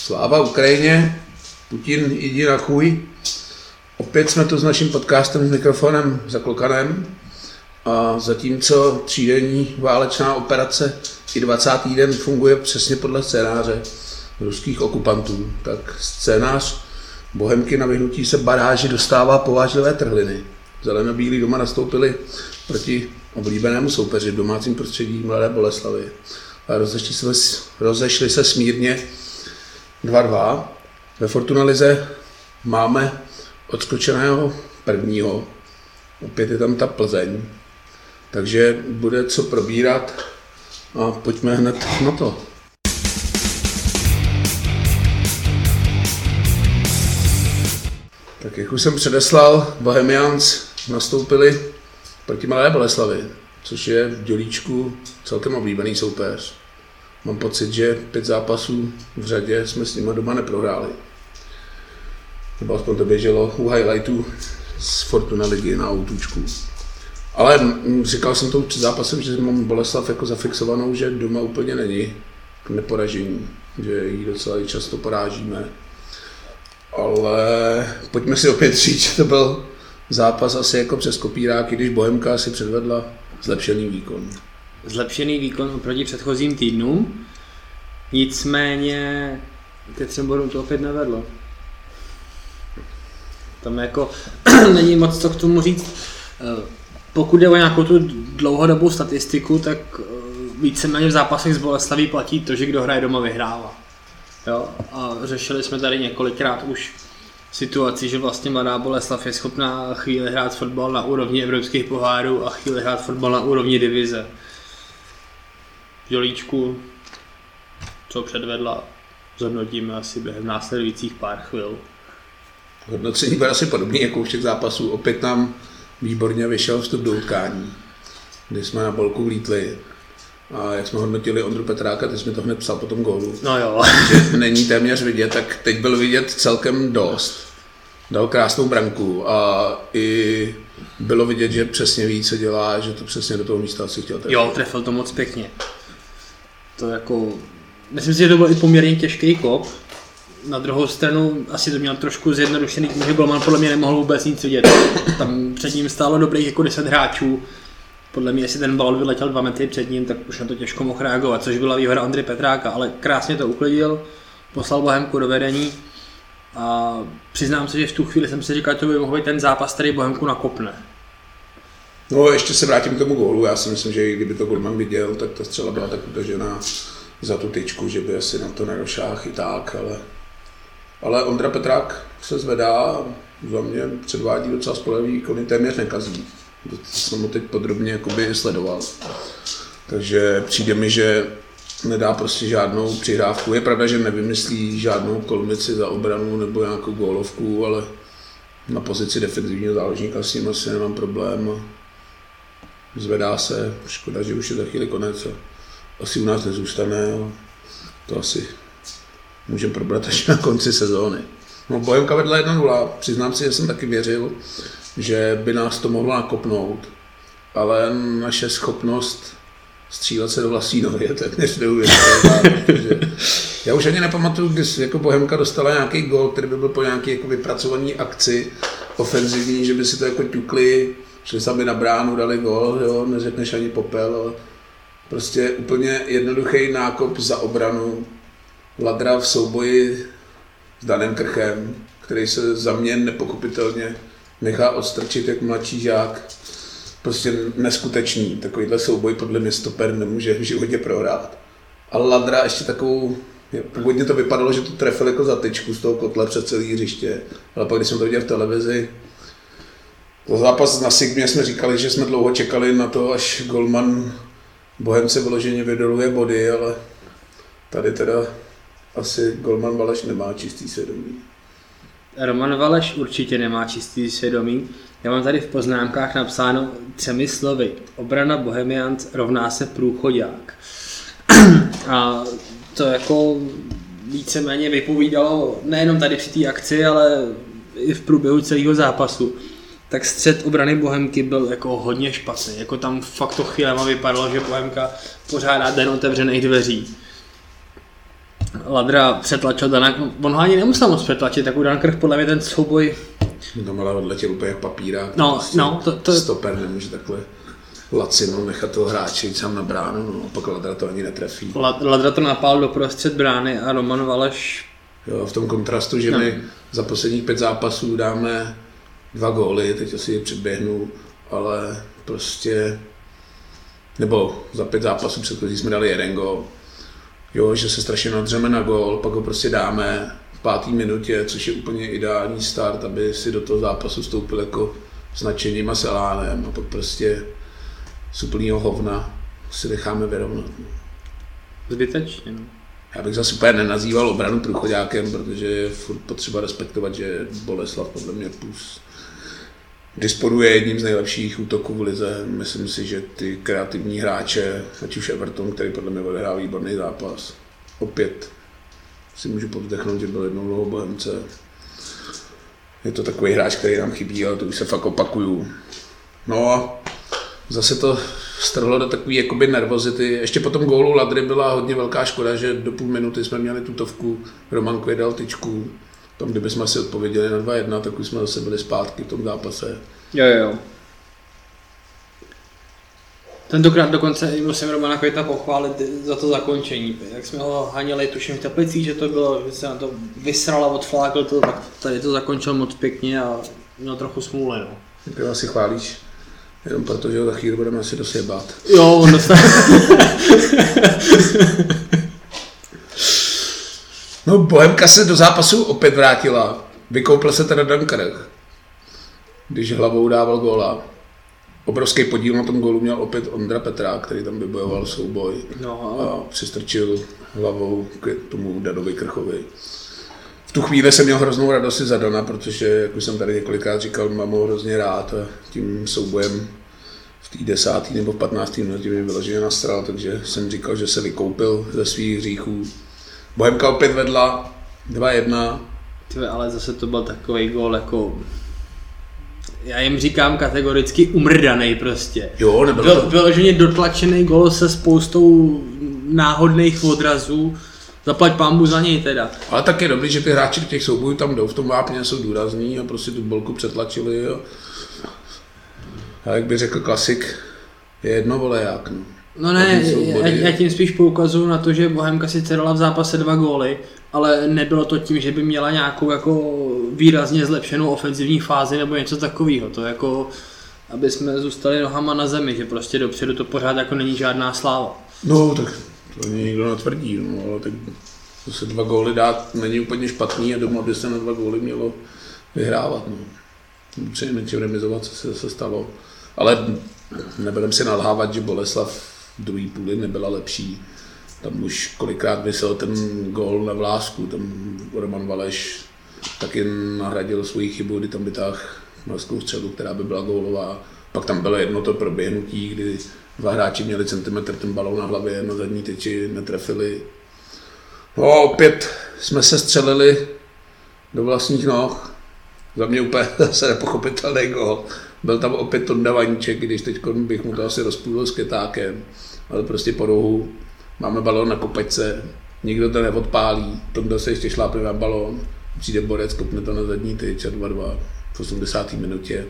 Sláva Ukrajině, Putin jdi na chuj. Opět jsme tu s naším podcastem s mikrofonem za klokanem a zatímco třídenní válečná operace i 20. den funguje přesně podle scénáře ruských okupantů, tak scénář Bohemky na vyhnutí se baráži dostává povážlivé trhliny. Zelenobílí doma nastoupili proti oblíbenému soupeři v domácím prostředí Mladé Boleslavi a rozešli se smírně 2-2. Ve Fortuna lize máme odskočeného prvního, opět je tam ta Plzeň, takže bude co probírat a pojďme hned na to. Tak jak už jsem předeslal, Bohemians nastoupili proti Mladé Boleslavi, což je v Dělíčku celkem oblíbený soupeř. Mám pocit, že 5 zápasů v řadě jsme s nimi doma neprohráli. Nebo aspoň to běželo u highlightů z Fortuna ligy na autůčku. Ale říkal jsem to před zápasem, že mám Boleslav jako zafixovanou, že doma úplně není k neporažení, že ji docela často porážíme. Ale pojďme si opět říct, že to byl zápas asi jako přes kopírák, i když Bohemka si předvedla zlepšený výkon. Zlepšený výkon oproti předchozím týdnům, nicméně ke 3 bodům to opět nevedlo. Tam jako není moc co k tomu říct. Pokud jde o nějakou tu dlouhodobou statistiku, tak víceméně v zápasech z Boleslaví platí to, že kdo hraje doma vyhrává. Jo? A řešili jsme tady několikrát už situaci, že vlastně Mladá Boleslav je schopná chvíli hrát fotbal na úrovni evropských pohárů a chvíli hrát fotbal na úrovni divize. V Dělíčku, co předvedla, zhodnotíme asi během následujících pár chvil. Hodnocení bude asi podobný jako u všech zápasů. Opět nám výborně vyšel vstup do utkání, kdy jsme na bolku vlítli. A jak jsme hodnotili Ondru Petráka, ty jsi mi to hned psal po tom gólu. No jo. Že není téměř vidět, tak teď byl vidět celkem dost. Dal krásnou branku a i bylo vidět, že přesně ví, co dělá, že to přesně do toho místa asi chtěl trefit. Jo, trefil to moc pěkně. To jako, myslím si, že to byl i poměrně těžký kop. Na druhou stranu asi to měl trošku zjednodušený tím, že golman podle mě nemohl vůbec nic vidět. Tam před ním stálo dobrých jako 10 hráčů. Podle mě, jestli ten balón vyletěl 2 metry před ním, tak už na to těžko mohl reagovat, což byla výhoda Ondry Petráka, ale krásně to uklidil, poslal Bohemku do vedení a přiznám se, že v tu chvíli jsem si říkal, že to by mohl být ten zápas, který Bohemku nakopne. No ještě se vrátím k tomu gólu, já si myslím, že kdyby to golman viděl, tak ta střela byla tak utažená za tu tyčku, že by asi na to nedošel chyták, ale Ondra Petrák se zvedá a za mě předvádí docela spolehlivý výkony, téměř nekazí. To jsem ho teď podrobně jakoby sledoval. Takže přijde mi, že nedá prostě žádnou přihrávku. Je pravda, že nevymyslí žádnou kolmici za obranu nebo nějakou gólovku, ale na pozici defenzivního záložníka s ním asi nemám problém. Zvedá se, škoda, že už je za chvíli konec. Asi u nás nezůstane, to asi můžeme probrat až na konci sezóny. No, Bohemka vedla 1-0, přiznám si, že jsem taky věřil, že by nás to mohlo nakopnout, ale naše schopnost střílet se do vlastní nohy je téměř neuvěřitelná. Já už ani nepamatuju, když jako Bohemka dostala nějaký gól, který by byl po nějaké jako vypracované akci ofenzivní, že by si to jako ťukli, šli sami na bránu, dali gól, jo, neřekneš ani popel, ale prostě úplně jednoduchý nákop za obranu. Ladra v souboji s Danem Krchem, který se za mě nepokupitelně nechá odstrčit jak mladší žák. Prostě neskutečný. Takovýhle souboj podle mě stoper nemůže v životě prohrát. A Ladra ještě takovou, původně to vypadalo, že to trefil jako za tyčku z toho kotle před celý hřiště. Ale pak, když jsem to viděl v televizi, za zápas na Sigmě jsme říkali, že jsme dlouho čekali na to, až golman Bohemce vyloženě vydoluje body, ale tady teda asi golman Valeš nemá čistý svědomí. Roman Valeš určitě nemá čistý svědomí. Já mám tady v poznámkách napsáno 3 slovy. Obrana Bohemians rovná se průchodák. A to jako víceméně vypovídalo nejenom tady při té akci, ale i v průběhu celého zápasu. Tak střed obrany Bohemky byl jako hodně špatný. Jako tam fakt to chvílema vypadalo, že Bohemka pořádá den otevřených dveří. Ladra přetlačil Dana, on ho ani nemusel moc přetlačit, tak u Dunkirk podle mě ten souboj... Tam ale odletěl úplně jak papírák. To... Stoper nemůže takhle lacino nechat toho hráče jít sám na bránu, no, pak Ladra to ani netrefí. Ladra to napál do prostřed brány a Roman Valeš... Jo, v tom kontrastu, že my za posledních 5 zápasů dáme 2 góly, teď asi je předběhnu, ale prostě... Nebo za 5 zápasů předchozí jsme dali 1 gól. Jo, že se strašně nadřeme na gól, pak ho prostě dáme v 5. minutě, což je úplně ideální start, aby si do toho zápasu vstoupil jako s nadšením a s elánem a pak prostě z úplnýho hovna si necháme vyrovnat. Zbytečně, no. Já bych zase úplně nenazýval obranu průchodákem, protože je furt potřeba respektovat, že Boleslav podle mě disponuje jedním z nejlepších útoků v lize. Myslím si, že ty kreativní hráče, ať už Everton, který podle mě odehrál výborný zápas, opět si můžu povzdechnout, že byl jednou dlouho Bohemce. Je to takový hráč, který nám chybí, ale to už se fakt opakuju. No a zase to strhlo do takové jakoby nervozity. Ještě po tom gólu Ladry byla hodně velká škoda, že do půl minuty jsme měli tutovku, Roman Kvě dal tyčku. Tam, kdybychom si odpověděli na 2-1, tak už jsme zase byli zpátky v tom zápase. Jo. Tentokrát dokonce musím Romana Květa pochválit za to zakončení. Jak jsme ho haněli, tuším v Teplicích, že to bylo, že se na to vysral a odflákl to, tak tady to zakončil moc pěkně a měl trochu smůle. No. Ty asi chválíš, jenom protože ho za chvíli budeme asi dosjebat. Jo, on dostane. No, Bohemka se do zápasu opět vrátila. Vykoupil se teda Dunkirk, když hlavou dával góla. Obrovský podíl na tom gólu měl opět Ondra Petrák, který tam vybojoval souboj a přistrčil hlavou k tomu Danovi Krchovi. V tu chvíli jsem měl hroznou radost za Dana, protože, jak už jsem tady několikrát říkal, mám ho hrozně rád a tím soubojem v té 10. nebo v 15. minutě mi vyloženě nasral, takže jsem říkal, že se vykoupil ze svých hříchů. Bohemka opět vedla 2-1. Ale zase to byl takový gól jako... Já jim říkám kategoricky umrdanej prostě. Jo, nebylo to... Vyloženě dotlačený gól se spoustou náhodných odrazů. Zaplať pánbu za něj teda. Ale tak je dobrý, že ty hráči do těch soubojů tam jdou, v tom vápně jsou důrazní a prostě tu bolku přetlačili. A jak by řekl klasik, je jedno vole jak. No ne, já tím spíš poukazuju na to, že Bohemka sice dala v zápase 2 góly, ale nebylo to tím, že by měla nějakou jako výrazně zlepšenou ofenzivní fázi nebo něco takového. To jako, aby jsme zůstali nohama na zemi, že prostě dopředu to pořád jako není žádná sláva. No tak to nikdo netvrdí, no, ale tak zase 2 góly dát není úplně špatný a doma by se na 2 góly mělo vyhrávat. No. Přinejmenším remizovat se stalo, ale nebudeme si nalhávat, že Boleslav v druhé půli nebyla lepší. Tam už kolikrát vysel ten gól na vlásku, tam Roman Valeš taky nahradil svoji chybu, kdy tam vytáhl morskou střelu, která by byla gólová. Pak tam bylo jedno to proběhnutí, kdy 2 hráči měli centimetr ten balón na hlavě, na zadní tyči netrefili. No opět jsme se střelili do vlastních noh. Za mě úplně zase nepochopitelný gól. Byl tam opět Tonda Vaníček, když teď bych mu to asi rozpůlil s Ketákem, ale prostě po rohu. Máme balón na kopečce, nikdo to neodpálí, Tonda se ještě šlápne na balón, přijde borec, kopne to na zadní tyč a 2-2 v 80. minutě.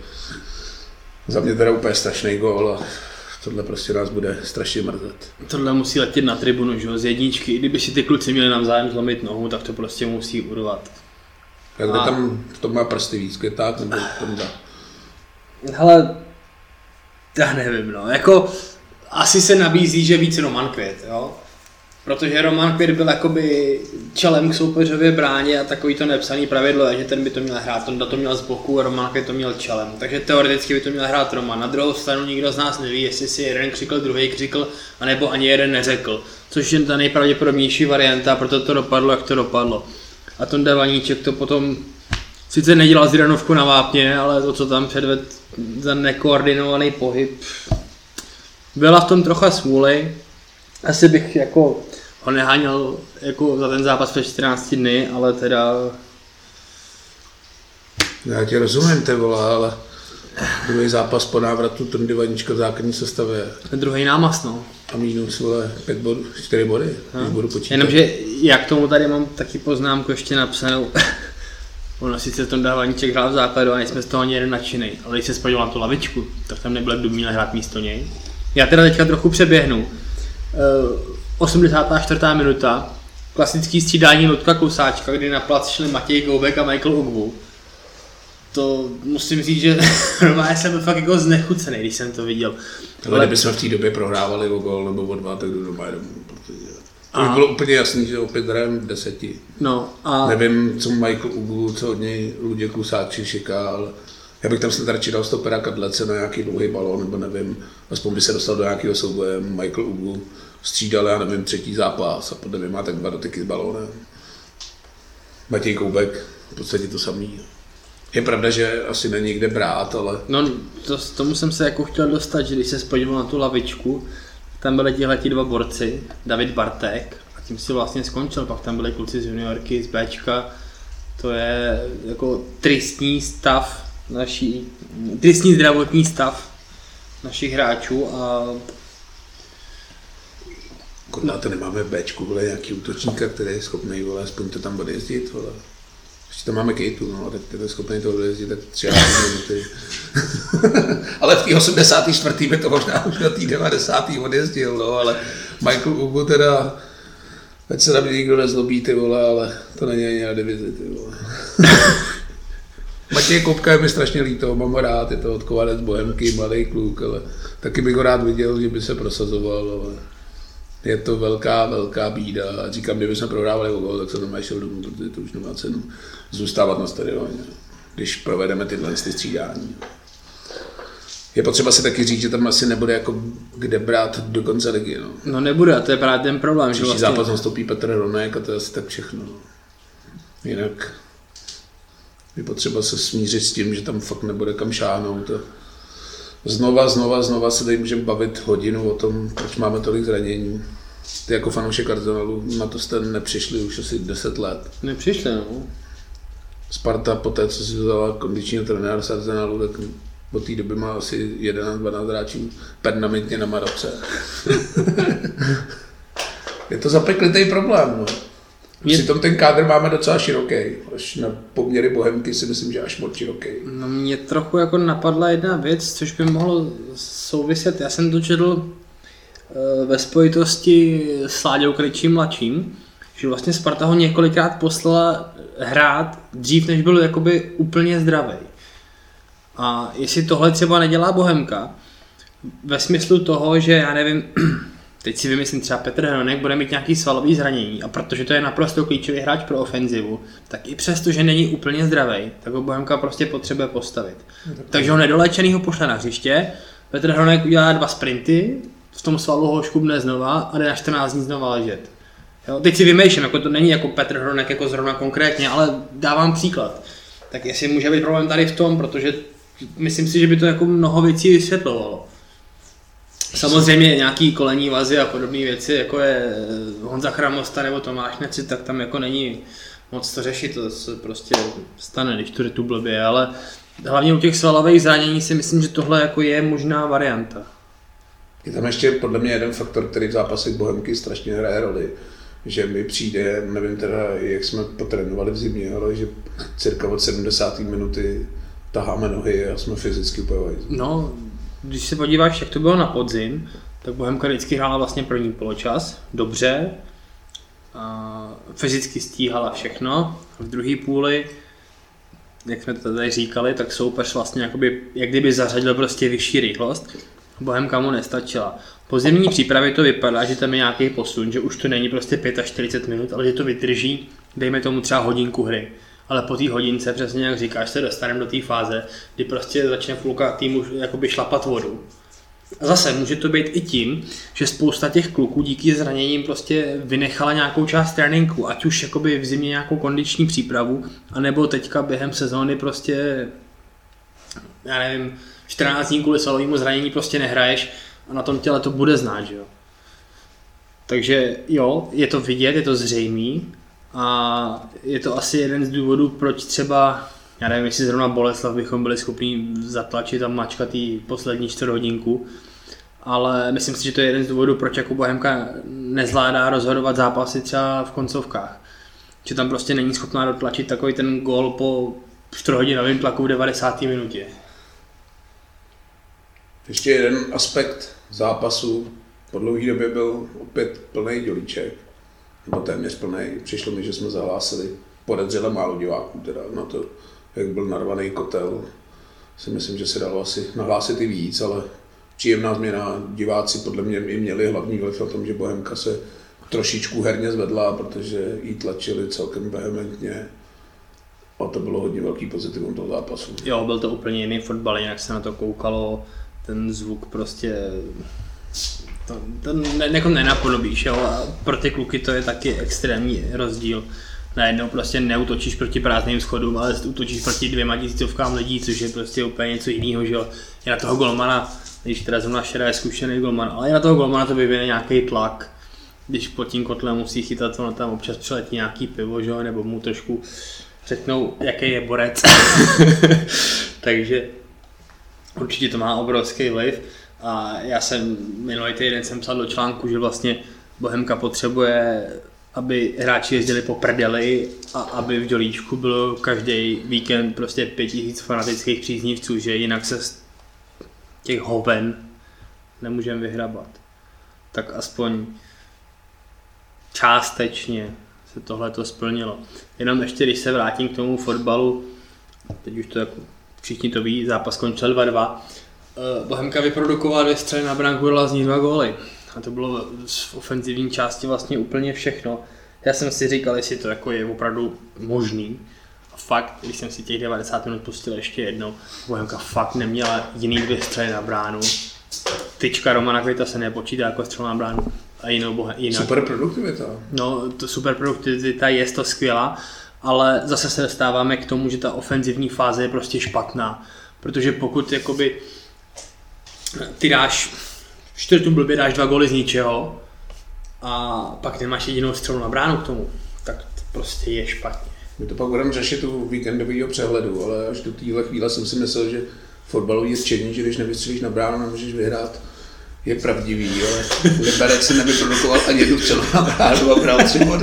Za mě teda úplně strašný gól a tohle prostě nás bude strašně mrzet. Tohle musí letět na tribunu, že? Z jedničky, i kdyby si ty kluci měli navzájem zlomit nohu, tak to prostě musí urvat. Jak kde tam v tom má prsty víc, Květák nebo Tonda? Hele, já nevím, no, jako asi se nabízí, že víc Roman Květ, jo? Protože Roman Květ byl jakoby čelem k soupeřově bráně a takový to nepsaný pravidlo je, že ten by to měl hrát, Tonda to měl z boku a Roman Květ to měl čelem. Takže teoreticky by to měl hrát Roman. Na druhou stranu nikdo z nás neví, jestli si jeden křikl, druhý křikl, anebo ani jeden neřekl. Což je ta nejpravděpodobnější varianta, proto to dopadlo, jak to dopadlo. A Tonda Vaníček to potom sice nedělal Ziranovku na vápně, ale to, co tam předvedl za nekoordinovaný pohyb, byla v tom trocha smůly. Asi bych jako ho neháněl jako za ten zápas před 14 dny, ale teda... Já tě rozumím, ty vole, ale Druhý zápas po návratu Tondy Vanička v základní sestavě. Druhý námaz, no. A minus, 5 bodů, 4 body, když budu počítat. Jenomže já k tomu tady mám taky poznámku ještě napsanou. Ono sice Tonda Vaníček hrál v základu a nejsme z toho ani jeden nadšenej, ale když se podíval na tu lavičku, tak tam nebyl, kdo měl hrát místo něj. Já teda teďka trochu přeběhnu. 84. minuta, klasický střídání Ludka Klusáčka, kdy na plac šli Matěj Goubek a Michael Ugwu. To musím říct, že normálně jsem byl fakt jako znechucený, když jsem to viděl. Ale kdybychom v té době prohrávali o gól nebo o 2, tak jdu doma domů. To bylo úplně jasný, že opět hrajeme 10. No a... Nevím, co Michael Ugwu, co od něj Luděk Klusáček šiká, ale já bych tam snad radši dal stopera Kadlece na nějaký dlouhý balón, nebo nevím, aspoň by se dostal do nějakého souboje. Michael Ugwu střídal, já nevím, 3. zápas a podle mě má tak 2 dotyky s balónem. Matěj Koubek, v podstatě to samý. Je pravda, že asi není kde brát, ale... No, tomu jsem se jako chtěl dostat, že když se podíval na tu lavičku, tam byli tihleti 2 borci, David Bartek, a tím si vlastně skončil, pak tam byli kluci z juniorky, z Bčka, to je jako tristní zdravotní stav našich hráčů a... Akorát to nemáme v Bčku, vole, nějaký útočníka, který je schopný, vole, aspoň to tam bude jezdit, vole. Ještě tam máme Kejtu, no, tak ten je schopný to odjezdit, tak 3 minuty. Ale v té 84. by to možná už na té 90. odjezdil, no, ale Michael Ugwu teda, ať se na mě nikdo nezlobí, ty vole, ale to není ani na divizi, ty vole. Matěj Koubka je mi strašně líto, mám ho rád, je to odkovanec Bohemky, mladý kluk, ale taky bych ho rád viděl, že by se prosazoval, ale je to velká bída. A říkám, kdyby jsme prohrávali o gól, tak jsem tam šel domů, protože to už nemá cenu zůstávat na stadioně, když provedeme tyhle střídání. Je potřeba si taky říct, že tam asi nebude jako kde brát do konce ligy. No nebude, a to je právě ten problém. Příští vlastně... zápas nastoupí Petr Hronek a to je asi tak všechno. Jinak je potřeba se smířit s tím, že tam fakt nebude kam šáhnout. Znova se tady můžeme bavit hodinu o tom, proč máme tolik zranění. Ty jako fanoušek Arsenalu, na to jste nepřišli už asi 10 let. Nepřišli, no. Sparta poté, co si vzala kondičního trenéra z Arsenalu, tak od té doby má asi 11-12 hráčů permanentně na Maroce. Je to zapeklitý problém, no. Přitom ten kádr máme docela široký, až na poměry Bohemky si myslím, že až moc široký. No mě trochu jako napadla jedna věc, což by mohlo souviset. Já jsem to četl ve spojitosti s Láďou Krejčím mladším, že vlastně Sparta ho několikrát poslala hrát dřív, než byl jakoby úplně zdravý. A jestli tohle třeba nedělá Bohemka, ve smyslu toho, že já nevím, teď si vymyslím, třeba Petr Hronek bude mít nějaký svalový zranění a protože to je naprosto klíčový hráč pro ofenzivu, tak i přesto, že není úplně zdravý, tak ho Bohemka prostě potřebuje postavit. Takže ho nedolečenýho pošle na hřiště, Petr Hronek udělá 2 sprinty, v tom svalu ho škubne znova a jde na 14 dní znova ležet. Jo, teď si vymýšlím, jako to není jako Petr Hronek jako zrovna konkrétně, ale dávám příklad. Tak jestli může být problém tady v tom, protože myslím si, že by to jako mnoho věcí vysvětlovalo. Samozřejmě nějaký kolenní vazy a podobné věci, jako je Honza Chramosta nebo Tomáš Necit, tak tam jako není moc to řešit, to se prostě stane, když to jde tu blbě, ale hlavně u těch svalových zranění si myslím, že tohle jako je možná varianta. Je tam ještě podle mě jeden faktor, který v zápasech Bohemky strašně hraje roli, že mi přijde, nevím teda, jak jsme potrénovali v zimě, ale že cirka od 70. minuty taháme nohy a jsme fyzicky úplně. No, když se podíváš, jak to bylo na podzim, tak Bohemka vždycky hrála vlastně první poločas, dobře, a fyzicky stíhala všechno, v druhé půli, jak jsme to tady říkali, tak soupeř vlastně jakoby, jak kdyby zařadil prostě vyšší rychlost, Bohemka mu nestačila. Po zimní přípravě to vypadá, že tam je nějaký posun, že už to není prostě 45 minut, ale že to vydrží, dejme tomu třeba hodinku hry. Ale po té hodince, přesně jak říkáš, se dostaneme do té fáze, kdy prostě začne půlka týmu jakoby šlapat vodu. A zase může to být i tím, že spousta těch kluků díky zraněním prostě vynechala nějakou část tréninku, ať už jakoby v zimě nějakou kondiční přípravu, anebo teďka během sezóny prostě, já nevím, 14 dní kvůli svalovýmu zranění prostě nehraješ a na tom těle to bude znát, že jo. Takže jo, je to vidět, je to zřejmý a je to asi jeden z důvodů, proč třeba Já nevím, jestli zrovna Boleslav bychom byli schopni zatlačit a mačkat jí poslední 4 hodinku, ale myslím si, že to je jeden z důvodů, proč jako Bohemka nezvládá rozhodovat zápasy třeba v koncovkách. Že tam prostě není schopná dotlačit takový ten gól po 4hodinovém tlaku v 90. minutě. Ještě jeden aspekt zápasu. Po dlouhé době byl opět plný dělíček. Nebo téměř plný. Přišlo mi, že jsme zahlásili podezřele málo diváků teda na to, jak byl narvaný kotel. Si myslím, že se dalo asi nahlásit i víc, ale příjemná změna. Diváci podle mě i měli hlavní vliv na tom, že Bohemka se trošičku herně zvedla, protože jí tlačili celkem vehementně. A to bylo hodně velký pozitivum toho zápasu. Jo, byl to úplně jiný fotbal, jinak se na to koukalo, ten zvuk prostě to nenapodobíš, jo? A pro ty kluky to je taky extrémní rozdíl. Najednou prostě neutočíš proti prázdným schodům, ale útočíš proti 2 000 lidí, což je prostě úplně něco jiného, že jo. Je na toho golmana, když teda zrovna Šera je zkušený golman, ale je na toho golmana to vyvine nějaký tlak. Když pod tím kotlem musí chytat, ono tam občas přiletí nějaký pivo, že jo, nebo mu trošku řeknou, jaký je borec. Takže určitě to má obrovský vliv. A já jsem minulý týden psal do článku, že vlastně Bohemka potřebuje, aby hráči jezdili po prdeli a aby v Dělíčku bylo každý víkend prostě 5000 fanatických příznivců, že jinak se z těch hoven nemůžeme vyhrabat. Tak aspoň částečně se tohle to splnilo. Jenom ještě, když se vrátím k tomu fotbalu, teď už to jako všichni to ví, zápas skončil 2-2. Bohemka vyprodukovala 2 střely na branku, dala z ní 2 góly. A to bylo v ofenzivní části vlastně úplně všechno. Já jsem si říkal, jestli to jako je opravdu možný. A fakt, když jsem si těch 90 minut pustil ještě jednou, Bohemka fakt neměla jiný 2 střely na bránu. Tyčka Romana Kvita se nepočítá jako střel na bránu. A jinak. Super produktivita. No, to super produktivita je to skvělá, ale zase se dostáváme k tomu, že ta ofenzivní fáze je prostě špatná. Protože pokud jakoby ty dáš 4 blbě, dáš 2 góly z ničeho a pak nemáš jedinou střelu na bránu k tomu, tak to prostě je špatně. My to pak budeme řešit u víkendového přehledu, ale až do téhle chvíle jsem si myslel, že fotbalový řečení, že když nevystřelíš na bránu, nemůžeš vyhrát, je pravdivý, ale Liberec si nevyprodukoval ani jednu střelu na bránu a bral 3 body.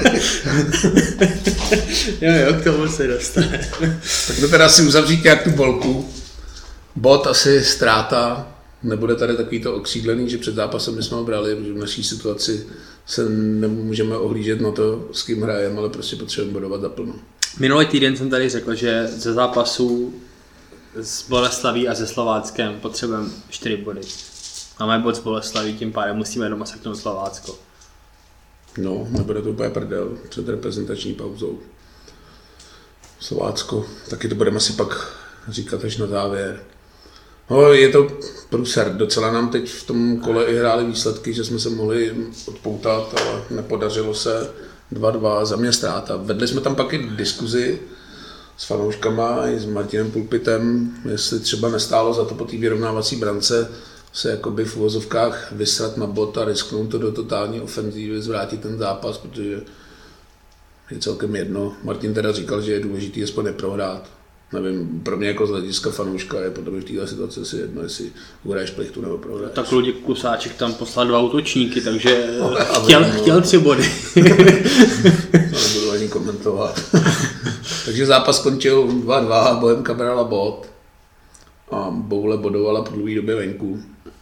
Jo, k tomu se dostane. Tak to teda si uzavřít nějak tu bolku. Bod asi ztráta. Nebude tady takový to okřídlený, že před zápasem my jsme ho brali, protože v naší situaci se nemůžeme ohlížet na to, s kým hrajeme, ale prostě potřebujeme bodovat zaplno. Minulý týden jsem tady řekl, že ze zápasů s Boleslaví a se Slováckem potřebujeme 4 body. Máme bod s Boleslaví, tím pádem musíme doma seknout Slovácko. No, nebude to úplně prdel před reprezentační pauzou. Slovácko, taky to budeme asi pak říkat až na závěr. No, je to průser. Docela nám teď v tom kole i hrály výsledky, že jsme se mohli odpoutat, ale nepodařilo se. 2-2, za mě ztráta. Vedli jsme tam pak i diskuzi s fanouškama i s Martinem Pulpitem, jestli třeba nestálo za to po té vyrovnávací brance se jakoby v uvozovkách vysrat na bod a risknout to do totální ofenzívy, zvrátit ten zápas, protože je celkem jedno. Martin teda říkal, že je důležité aspoň neprohrát. Nevím, pro mě jako z hlediska fanouška je podle mě v této situaci si jedno, jestli uhraješ plichtu nebo prohraješ. Tak Luděk Klusáček tam poslal 2 útočníky, takže chtěl 3 body. To nebudu ani komentovat. Takže zápas skončil 2-2, Bohemka brala bod a Boule bodovala po dlouhé době venku.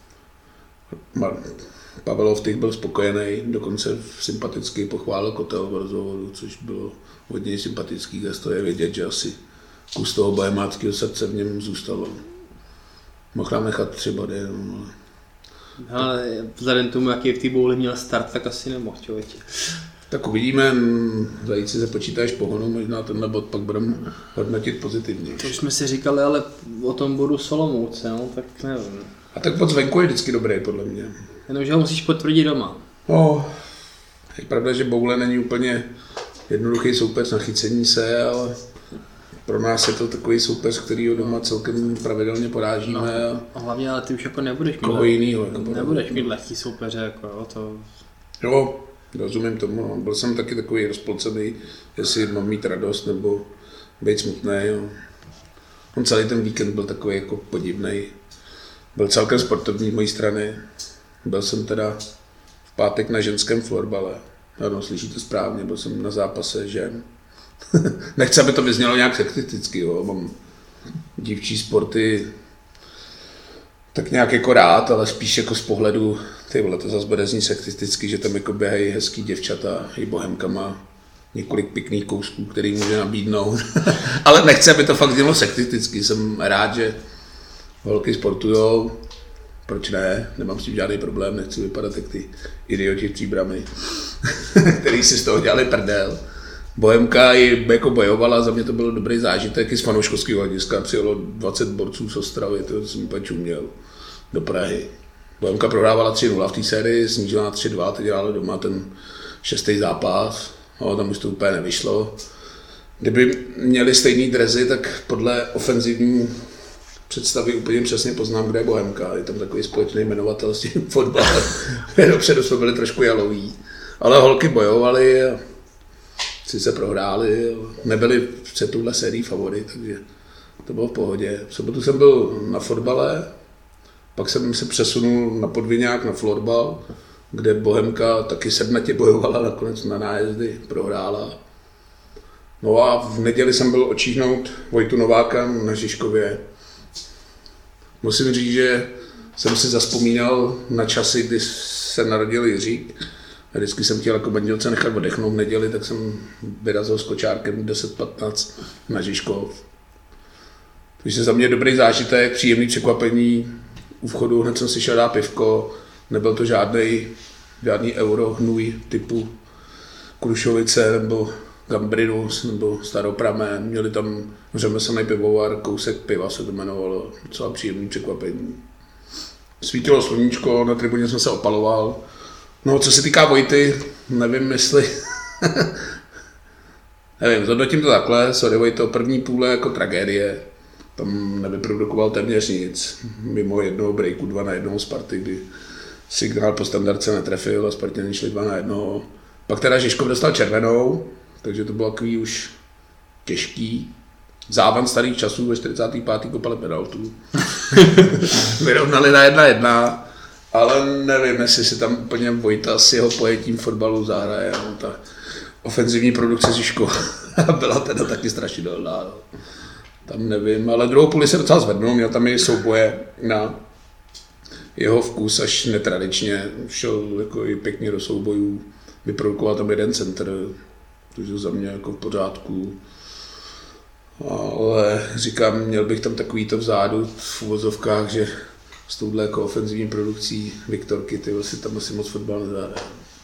Pavelov těch byl spokojený, dokonce sympaticky pochválil Kotel v rozhovoru, což bylo hodně sympatický gesto, je vědět, že asi kus toho bohemáckého srdce v něm zůstalo. Mohl nám nechat 3 body, no. Ale vzhledem tomu, jaký v té bouli měl start, tak asi nemohl, člověče. Tak uvidíme, zajíci se počítáš pohonu, možná tenhle bod pak budeme hodnotit pozitivně. To už jsme si říkali, ale o tom bodu Solomouce, no, tak nevím. A tak bod zvenku je vždycky dobrý, podle mě. Jenomže ho musíš potvrdit doma. No, je pravda, že Boule není úplně jednoduchý soupeř na chycení se, ale pro nás je to takový soupeř, který ho doma celkem pravidelně porážíme. No, a hlavně, ale ty už jako nebudeš mít lehký soupeře, jako jo, to... Jo, rozumím tomu, byl jsem taky takový rozpolcený, jestli mám mít radost nebo být smutný. Jo. On celý ten víkend byl takový jako podivnej. Byl celkem sportovní z mojí strany. Byl jsem teda v pátek na ženském florbale. Ano, slyšíte správně, byl jsem na zápase žen. Nechci, aby to vyznělo nějak sexisticky, jo. Mám dívčí sporty tak nějak jako rád, ale spíš jako z pohledu, ty vole, to zase bude znít sexisticky, že tam jako běhají hezký děvčata, i Bohemka má několik pěkných kousků, který může nabídnout. Ale nechci, aby to fakt znělo sexisticky, jsem rád, že holky sportujou. Proč ne? Nemám s tím žádný problém, nechci vypadat jak ty idioti v Příbrami, který si z toho dělali prdel. Bohemka i jako bojovala, za mě to byl dobrý zážitek i z fanouškovského hlediska. Přijelo 20 borců z Ostravy, to jsem úplně čuměl, do Prahy. Bohemka prohrávala 3-0 v té sérii, snížila na 3-2, teď dělala doma ten 6. zápas. No, tam už to úplně nevyšlo. Kdyby měli stejný drezy, tak podle ofenzivní představy úplně přesně poznám, kde je Bohemka. Je tam takový společný jmenovatel s tím fotbalem. Dopředu jsme byli trošku jaloví. Ale holky bojovaly a sice prohráli, nebyli před tuhle sérií favorit, takže to bylo v pohodě. V sobotu jsem byl na fotbale, pak jsem se přesunul na Podviňák na florbal, kde Bohemka taky sednatě bojovala, nakonec na nájezdy prohrála. No a v neděli jsem byl očíhnout Vojtu Nováka na Žižkově. Musím říct, že jsem si zavzpomínal na časy, kdy se narodil Jiřík. A vždycky jsem chtěl jako manželce nechat oddechnout v neděli, tak jsem vyrazil s kočárkem 10-15 na Žižkov. Takže za mě dobrý zážitek, příjemný překvapení. U vchodu hned jsem si šel dát pivko, nebyl to žádný euro hnůj typu Krušovice nebo Gambrinus nebo Staropramen. Měli tam řemeslný pivovar, kousek piva se to jmenovalo, docela příjemný překvapení. Svítilo sluníčko, na tribuně jsem se opaloval. No, co se týká Vojty, nevím, jestli... nevím, zhodnotím to takhle, sorry Vojto, první půle jako tragédie. Tam nevyprodukoval téměř nic, mimo jednoho breaku 2-1 Sparty, kdy signál po standardce netrefil a Spartěni šli 2-1. Pak teda Žižkov dostal červenou, takže to bylo takový už těžký. Závan starých časů ve 45. kopali penaltu. Vyrovnali na 1-1. Ale nevím, jestli si tam úplně Vojta s jeho pojetím fotbalu zahraje. No, ta ofenzivní produkce Žižkova byla teda taky strašidelná. No. Tam nevím, ale druhou půli se docela zvednul, měl tam i souboje na jeho vkus až netradičně. Šel jako i pěkně do soubojů, vyprodukoval tam jeden centr, takže za mě jako v pořádku. Ale říkám, měl bych tam takovýto vzadu v uvozovkách, že s touhle jako ofenzivní produkcí Viktorky, ty si tam asi moc fotbal nezahraje.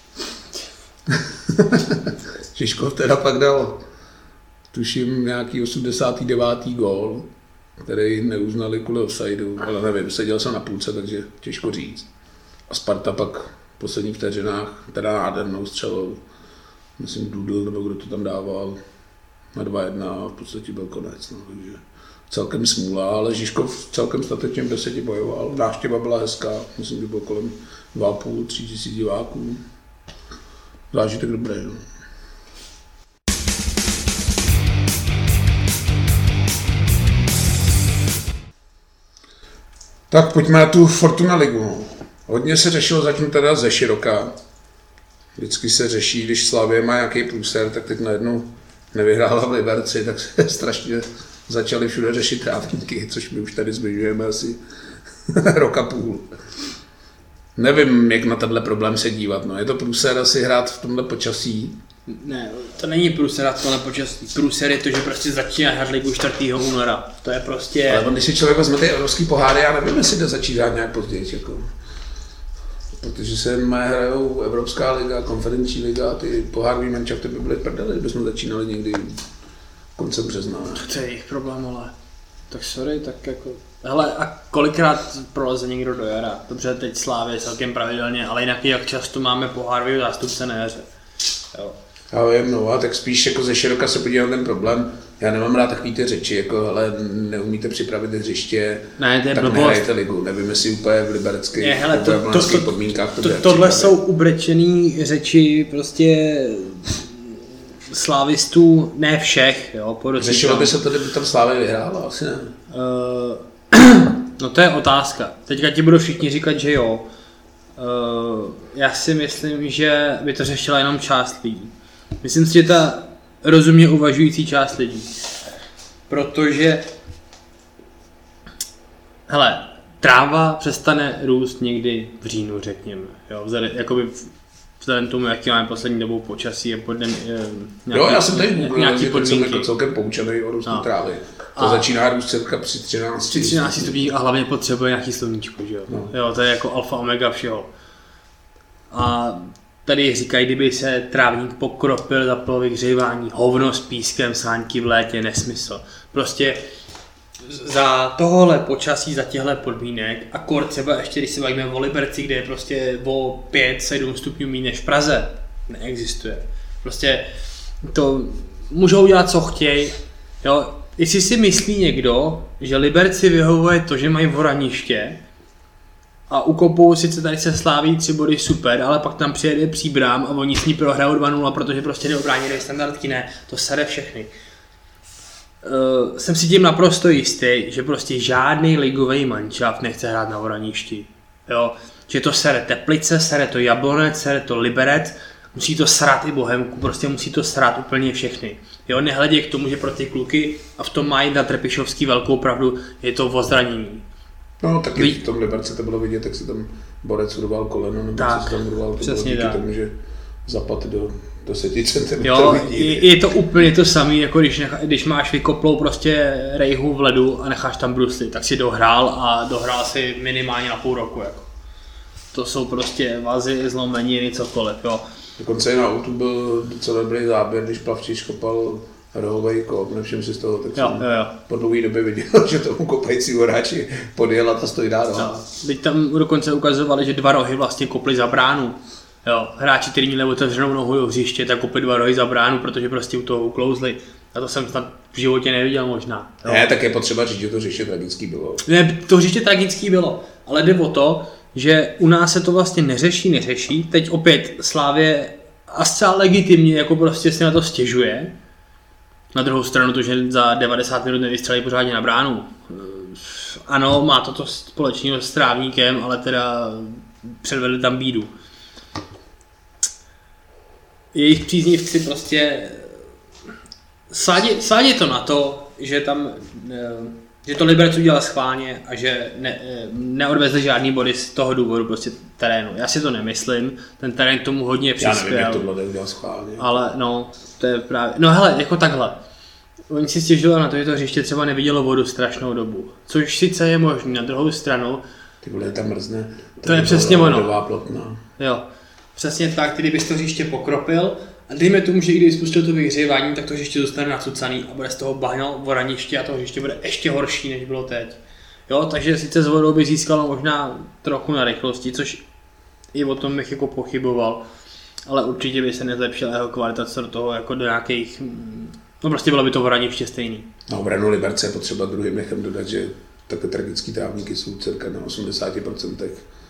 Žižkov teda pak dal, tuším, nějaký 89. gól, který neuznali kvůli offsideu, ale nevím, seděl jsem na půlce, takže těžko říct. A Sparta pak v posledních vteřinách, teda nádhernou střelou, myslím Dudl, nebo kdo to tam dával, na 2-1 a v podstatě byl konec. No, takže celkem smůla, ale Žižkov celkem statečně v 10 bojoval. Návštěva byla hezká, myslím, že bylo kolem 2,5-3 tisíc diváků. Zážitek dobrý. No. Tak pojďme na tu Fortuna ligu. Hodně se řešilo zatím teda ze široka. Vždycky se řeší, když Slavie má nějaký průser, tak teď najednou nevyhrála v Liberci, tak se strašně začali všude řešit trávníky, což my už tady zmiňujeme asi roka půl. Nevím, jak na tenhle problém se dívat. No. Je to průser asi hrát v tomhle počasí? Ne, to není průser hrát v tomhle počasí. Průser je to, že prostě začíná hrát ligu 4. února. To je prostě... Ale když si člověk vezme ty evropský poháry, já nevím, jestli jde začít hrát nějak později. Jako. Protože se hrajou Evropská liga, konferenční liga, ty pohárový manšafty by byly prdeli, kdybychom začínali někdy koncem března. To je jejich problém, ale tak sorry, tak jako... Hele, a kolikrát proleze někdo do jara? Dobře, teď Slávě celkem pravidelně, ale jinak jak často máme pohárový zástupce na jaře. Jo. Já vím, no a tak spíš jako ze široka se podívám ten problém. Já nemám rád takový ty řeči, jako hele, neumíte připravit hřiště, ne, tak nehrajte ligu. Nevím, jestli úplně v libereckých podmínkách to tohle jsou ubrečený řeči prostě slávistů, ne všech, jo, podotýkám. Řešilo by se to, kdyby tam Slávě vyhrála, asi ne. No to je otázka. Teďka ti budou všichni říkat, že jo. Já si myslím, že by to řešila jenom část lidí. Myslím si, že ta rozumně uvažující část lidí. Protože hele, tráva přestane růst někdy v říjnu, řekněme. Jo, vzhledem tomu, jaký máme poslední dobou počasí a podle jo, já jsem tady nějaký podmínky. Jsem jako celkem poučený o růstu trávy. To začíná růst cirka při 13 stupních a hlavně potřebuje nějaký sluníčko, že jo. No. Jo, to je jako alfa omega všeho. A tady říkají, kdyby se trávník pokropil, zapalo vyhřívání, hovno s pískem, sáňky v létě, nesmysl. Prostě za tohle počasí, za těchto podmínek, a kor třeba ještě, když se bavíme o Liberci, kde je prostě o 5-7 stupňů méně než v Praze, neexistuje. Prostě to můžou dělat, co chtějí. Jo, jestli si myslí někdo, že Liberci vyhovuje to, že mají voraniště a ukopou sice tady se Sláví 3 body super, ale pak tam přijede Příbram a oni s ní prohrajou 2-0, protože prostě neobránili standardky, ne, to sere všechny. Jsem si tím naprosto jistý, že prostě žádný ligový manšaft nechce hrát na voraništi. Jo? Že to sere Teplice, sere to Jablonec, sere to Liberec, musí to srát i Bohemku, prostě musí to srát úplně všechny. Jo? Nehledě k tomu, že pro ty kluky, a v tom mají na Trpišovský velkou pravdu, je to o zranění. No taky v tom Liberci to bylo vidět, tak si tam Borec urval koleno, nebo tak, si tam urval to přesně díky tomu, že zapad do 10 cm. Jo, je to úplně to samé, jako když máš vykoplou prostě rejhu v ledu a necháš tam bruslit, tak si dohrál a dohrál si minimálně na půl roku. Jako. To jsou prostě vazy, zlomeniny, cokoliv. Jo. Dokonce i na autu byl docela dobrý záběr, když Plavčič kopal rohovej kop, nevšim si z toho, tak jsem po dlouhé době viděl, že tomu kopající hráči podjel a ta stojí dál. Teď tam dokonce ukazovali, že 2 rohy vlastně kopli za bránu. Jo, hráči, kteří měli otevřenou nohu do hřiště, tak kopli 2 rohy za bránu, protože prostě u toho uklouzli. A to jsem snad v životě neviděl možná. Jo. Ne, tak je potřeba říct, že to hřiště tragický bylo. Ne, to hřiště tragický bylo, ale jde o to, že u nás se to vlastně neřeší. Teď opět Slávě a zcela legitimně jako prostě si na to stěžuje. Na druhou stranu to, že za 90 minut nevystřelí pořádně na bránu. Ano, má to společného s trávníkem, ale teda předvedli tam bídu. Jejich příznivci prostě sádí to na to, že to Liberec udělal schválně a že neodvezli žádný body z toho důvodu prostě terénu. Já si to nemyslím, ten terén k tomu hodně přispěl. Já nevím, jak to udělal schválně. Ale no, to je právě, no hele, jako takhle. Oni si stěžovali na to, že to hřiště třeba nevidělo vodu strašnou dobu, což sice je možný, na druhou stranu. Ty vole, tam mrzne. To je přesně ono. Ledová plotna. Jo. Přesně tak, kdybys to hřiště pokropil a dejme tomu, že i kdyby spustil to vyhřívání, tak to hřiště zůstane nacucaný a bude z toho bahno voraniště a to hřiště bude ještě horší, než bylo teď. Jo, takže sice s vodou by získalo možná trochu na rychlosti, což i o tom bych jako pochyboval, ale určitě by se nezlepšila jeho kvalita do toho jako do nějakých, no prostě bylo by to voraniště stejný. Na obranu Liberce je potřeba druhým nechem dodat, že takové tragické trávníky jsou cirka na 80%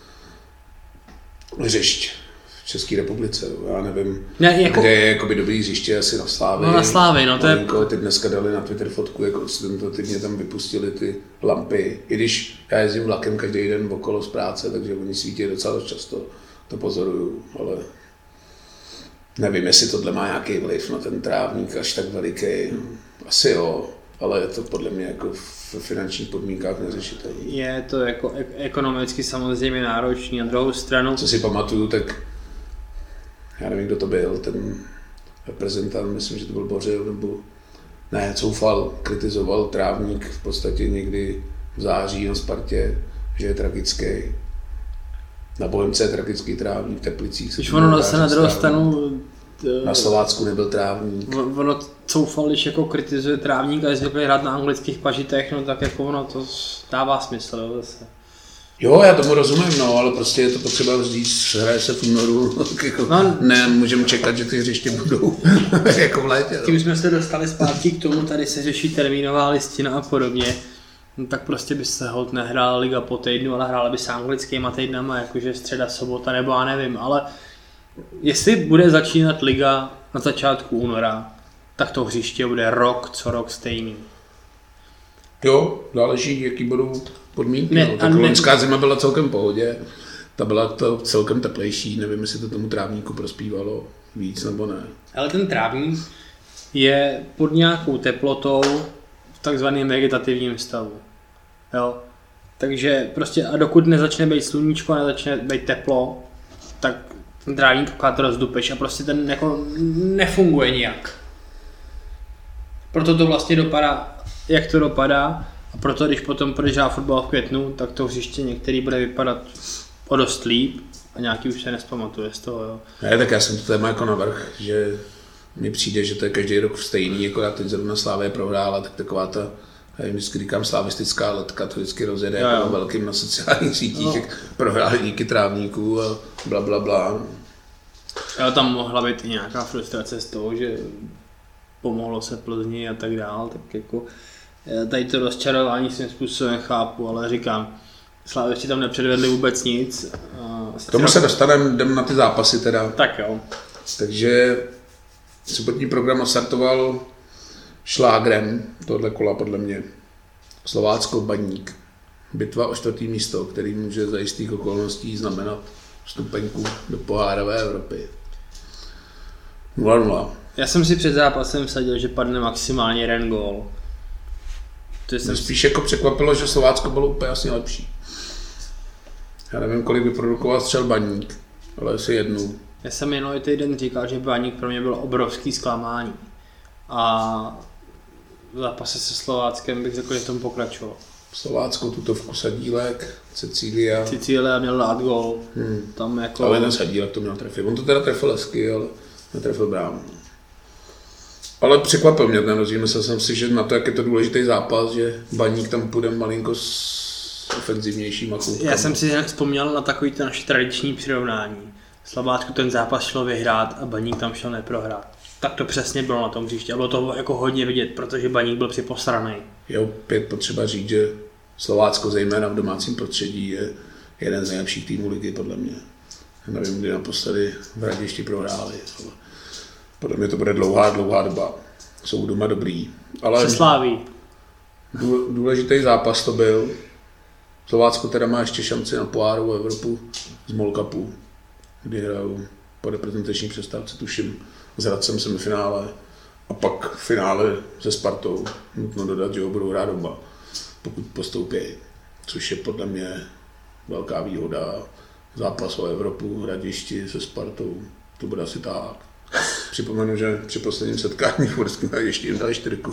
hřišť v České republice. Já nevím, kde je jakoby dobrý hřiště, asi na Slávy. No na Slávy, no to je... Ty dneska dali na Twitter fotku, jako ty mě tam vypustili ty lampy. I když já jezdím vlakem každý den okolo z práce, takže oni svítí docela často, to pozoruju, ale nevím, jestli tohle má nějaký vliv na ten trávník až tak veliký. Asi jo, ale je to podle mě jako v finančních podmínkách neřešitelné. Je to jako ekonomicky samozřejmě náročný, na druhou stranu. Co si pamatuju, tak já nevím, kdo to byl, ten reprezentant, myslím, že to byl Bořil, nebo ne, Coufal, kritizoval trávník v podstatě někdy v září na Spartě, že je tragický. Na Bohemce je tragický trávník, v Teplicích. Když ono zase na druhou stranu... Na Slovácku nebyl trávník. Ono Coufal, když jako kritizuje trávník a je zvyklý hrát na anglických pažitech, no tak jako ono to dává smysl, jo, zase. Jo, já tomu rozumím, no, ale prostě je to potřeba říct, hraje se v únoru, jako no, nemůžeme čekat, že ty hřiště budou jako v létě. Tím jsme se dostali zpátky k tomu, tady se řeší termínová listina a podobně, no, tak prostě by se holt nehrála liga po týdnu, ale hrála by se anglickýma týdnama, jakože středa, sobota nebo já nevím, ale jestli bude začínat liga na začátku února, tak to hřiště bude rok co rok stejný. Jo, záleží, jaký budou podmínky. Tak loňská zima byla celkem v pohodě, ta byla to celkem teplejší, nevím, jestli to tomu trávníku prospívalo víc nebo ne. Ale ten trávník je pod nějakou teplotou v takzvaném vegetativním stavu. Jo? Takže prostě a dokud nezačne být sluníčko, nezačne být teplo, tak ten trávník akorát rozdupeš a prostě ten jako nefunguje nijak. Proto to vlastně dopadá, jak to dopadá, a proto když potom půjdeš hrát fotbal v květnu, tak to hřiště některý bude vypadat o dost líp a nějaký už se nespamatuje z toho. Jo. Ne, tak já jsem to téma jako navrch, že mně přijde, že to je každý rok stejný, jako teď zrovna Slávě prohrála, tak taková ta, já jim vždycky říkám slavistická letka, to vždycky rozjede jako velkým na sociálních sítích, jak prohráli díky trávníků a bla bla bla. Jo, tam mohla být i nějaká frustrace z toho, že pomohlo se Plzni a tak dál, tak jako tady to rozčarování svým způsobem chápu, ale říkám, Slávisti tam nepředvedli vůbec nic. K tomu se dostaneme, jdeme na ty zápasy teda. Tak jo. Takže sobotní program startoval šlágrem tohle kola podle mě. Slovácko Baník. Bitva o 4. místo, který může za jistých okolností znamenat vstupenku do pohárové Evropy. 0-0. Já jsem si před zápasem vsadil, že padne maximálně jeden gól. Mě spíš jako překvapilo, že Slovácko bylo úplně jasně lepší. Já nevím, kolik vyprodukoval střel Baník, ale asi jednu. Já jsem minulý týden říkal, že Baník pro mě bylo obrovský zklamání. A v zápase se Slováckem bych řekl, že tomu pokračoval. Slovácko, Tutovku, Sadílek, Cecília měl dát gól. Tam jako... Ale ten Sadílek to měl trefit. On to teda trefil hezky, ale netrefil bránu. Ale překvapil mě ten rozdíl. Myslel jsem si, že na to, jak je to důležitý zápas, že Baník tam půjde malinko s ofenzivnějšíma klubkama. Já jsem si vzpomněl na takový to naše tradiční přirovnání. Slovácku ten zápas šlo vyhrát a Baník tam šel neprohrát. Tak to přesně bylo na tom hřišti a bylo to jako hodně vidět, protože Baník byl připosraný. Je opět potřeba říct, že Slovácko zejména v domácím prostředí je jeden z nejlepších týmů ligy podle mě. Já nevím, kdy naposledy v Hradišti prohráli, ale podle mě to bude dlouhá doba. Jsou doma dobrý. Ale se Sláví. Důležitý zápas to byl. Slovácko teda má ještě šanci na pohárovou Evropu z MOL Cupu, kdy hrajou po reprezentační přestávce, tuším, s Hradcem semifinále a pak v finále se Spartou. Nutno dodat, že ho budou hrát doma, pokud postoupí, což je podle mě velká výhoda. Zápas o Evropu v Hradišti se Spartou, to bude asi tak. Připomenu, že při posledním setkání v Uherském Hradišti jim dali 4.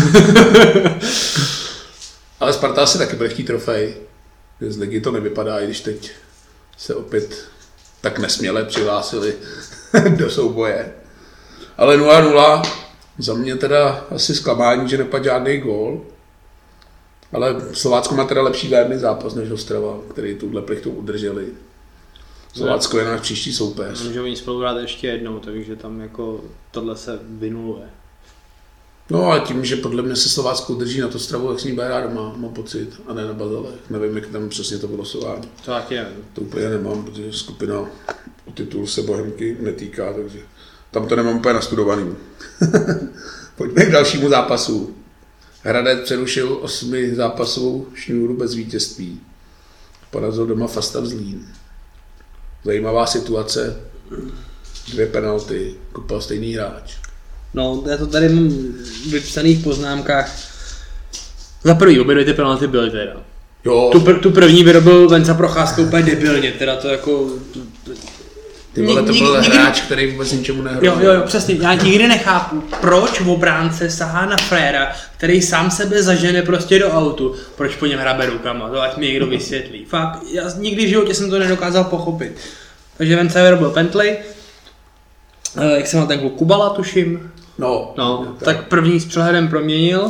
Ale Sparta asi taky bude chtít trofej. Z ligy to nevypadá, i když teď se opět tak nesměle přihlásili do souboje. Ale 0-0, za mě teda asi zklamání, že nepadl žádný gól. Ale Slovácko má teda lepší vzájemný zápas než Ostrava, který tuhle plichtu udrželi. Slovácko je náš příští soupeř. Můžou jim spolu hrát ještě jednou, takže tam jako tohle se vynuluje. No a tím, že podle mě se Slovácko udrží na to Ostravu, jak s ní bude hrát doma, mám pocit, a ne na Bazalech. Nevím, jak tam přesně to vylosování. To taky nevím. To úplně nemám, protože skupina o titul se Bohemky netýká, takže tam to nemám úplně nastudovaný. Pojďme k dalšímu zápasu. Hradec přerušil 8 zápasovou šňůru bez vítězství. Porazil doma Fastav Zlín. Zajímavá situace, 2 penalty, kopal stejný hráč. No, já to tady mám v vypsaných poznámkách. Za první, obě ty penalty byly teda. Jo. Tu první vyrobil Venca Procházka úplně debilně, teda to jako... Ty vole, to byl hráč, který vůbec ničemu nehrozil. Jo, přesně. Já nikdy nechápu, proč v obránce sahá na fréra, který sám sebe zažene prostě do autu. Proč po něm hrabe rukama, to ať mi někdo vysvětlí. Fakt, já nikdy v životě jsem to nedokázal pochopit. Takže Venca vyrobil pentley. Jak se má ten kluk, Kubala, tuším. No, tak první s přehledem proměnil.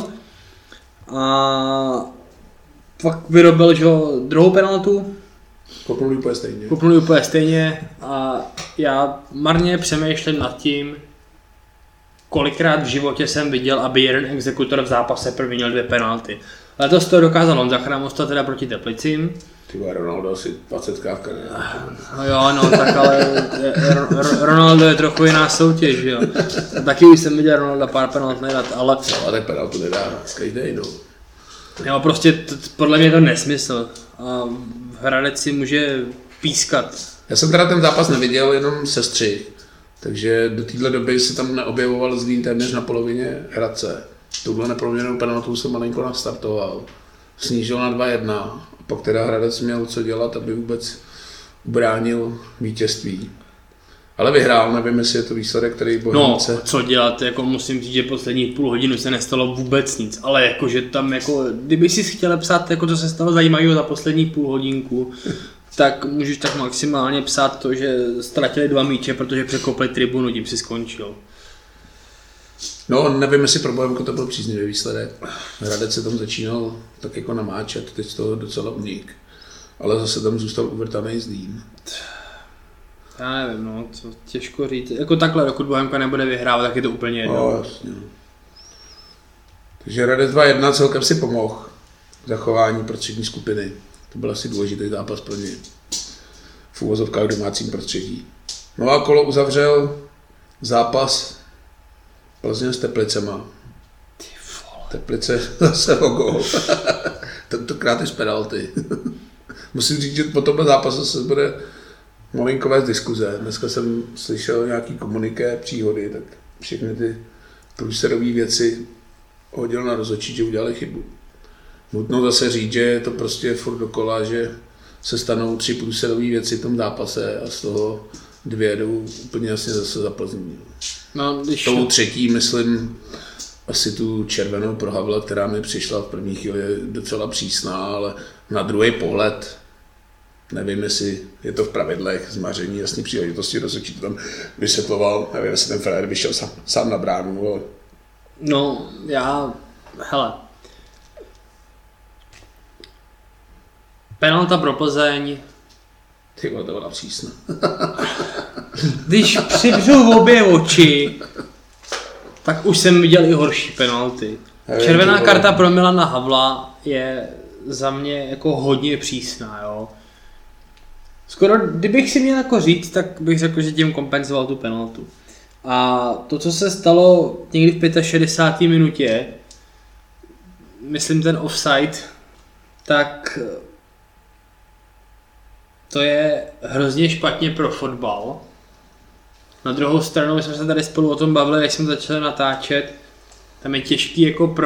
A pak vyrobil, že druhou penaltu. Kopnul úplně stejně a já marně přemýšlím nad tím, kolikrát v životě jsem viděl, aby jeden exekutor v zápase provinil 2 penalty. Letos to dokázal Honza Chramosta teda proti Teplicím. Tyba Ronaldo asi 20krát v kariéře. No jo, no, tak ale Ronaldo je trochu jiná soutěž, jo. Taky už jsem viděl Ronalda pár penalt nedat, ale... No, ale tak penaltu nedá každý, no. Jo, prostě podle mě je to nesmysl. A Hradec si může pískat. Já jsem teda ten zápas neviděl, jenom sestřih. Takže do téhle doby se tam neobjevoval Zlín téměř na polovině Hradce. Touhle neproměněnou penaltu jsem malinko nastartoval. Snížil na 2-1. A pak teda Hradec měl co dělat, aby vůbec ubránil vítězství. Ale vyhrál, nevím, jestli je to výsledek, který Bohemce... No, co dělat, jako musím říct, že poslední půl hodinu se nestalo vůbec nic, ale jakože tam jako, kdyby si chtěl psát, jako co se stalo zajímavého za poslední půl hodinku, tak můžeš tak maximálně psát to, že ztratili 2 míče, protože překopli tribunu, tím si skončil. No, nevím, jestli pro Bohemku to byl příznivý výsledek. Hradec se tam začínal tak jako namáčet, teď z toho docela unik. Ale zase tam zůstal uvrtaný Zlín. Já nevím, no, co těžko říct. Jako takhle, dokud Bohemka nebude vyhrávat, tak je to úplně jedno. No, jasně. Takže Hradec 2-1 celkem si pomohl zachování prostřední skupiny. To byl asi důležitý zápas pro ně. V uvozovkách domácím prostředí. No a kolo uzavřel zápas Plzně s Teplicema. Teplice zase o gól. Tentokrát i z penalty. Musím říct, že po tomhle zápasu se bude malinko vést diskuze. Dneska jsem slyšel nějaký komuniké, příhody, tak všechny ty průserové věci hodil na rozhodčí, že udělali chybu. Nutno zase říct, že je to prostě furt dokola, že se stanou 3 průserové věci v tom zápase a z toho 2 jdou úplně jasně zase za Plzní. No, Tou třetí, myslím, asi tu červenou pro Havla, která mi přišla v první chvíli docela přísná, ale na druhý pohled nevím, jestli je to v pravidlech zmaření jasný příležitosti, rozhodčí to tam vysvětloval, nevím, jestli ten frajer vyšel sám na bránu, ale... No, hele, penalta pro Plzeň. Ty vole, to byla přísná. Když přivřu v obě oči, tak už jsem viděl i horší penalty. Červená karta pro Milana Havla je za mě jako hodně přísná, jo. Skoro, kdybych si měl jako říct, tak bych řekl, že tím kompenzoval tu penaltu. A to, co se stalo někdy v 65. minutě, myslím ten offside, tak to je hrozně špatně pro fotbal. Na druhou stranu, my jsme se tady spolu o tom bavili, jak jsme začali natáčet, tam je těžký jako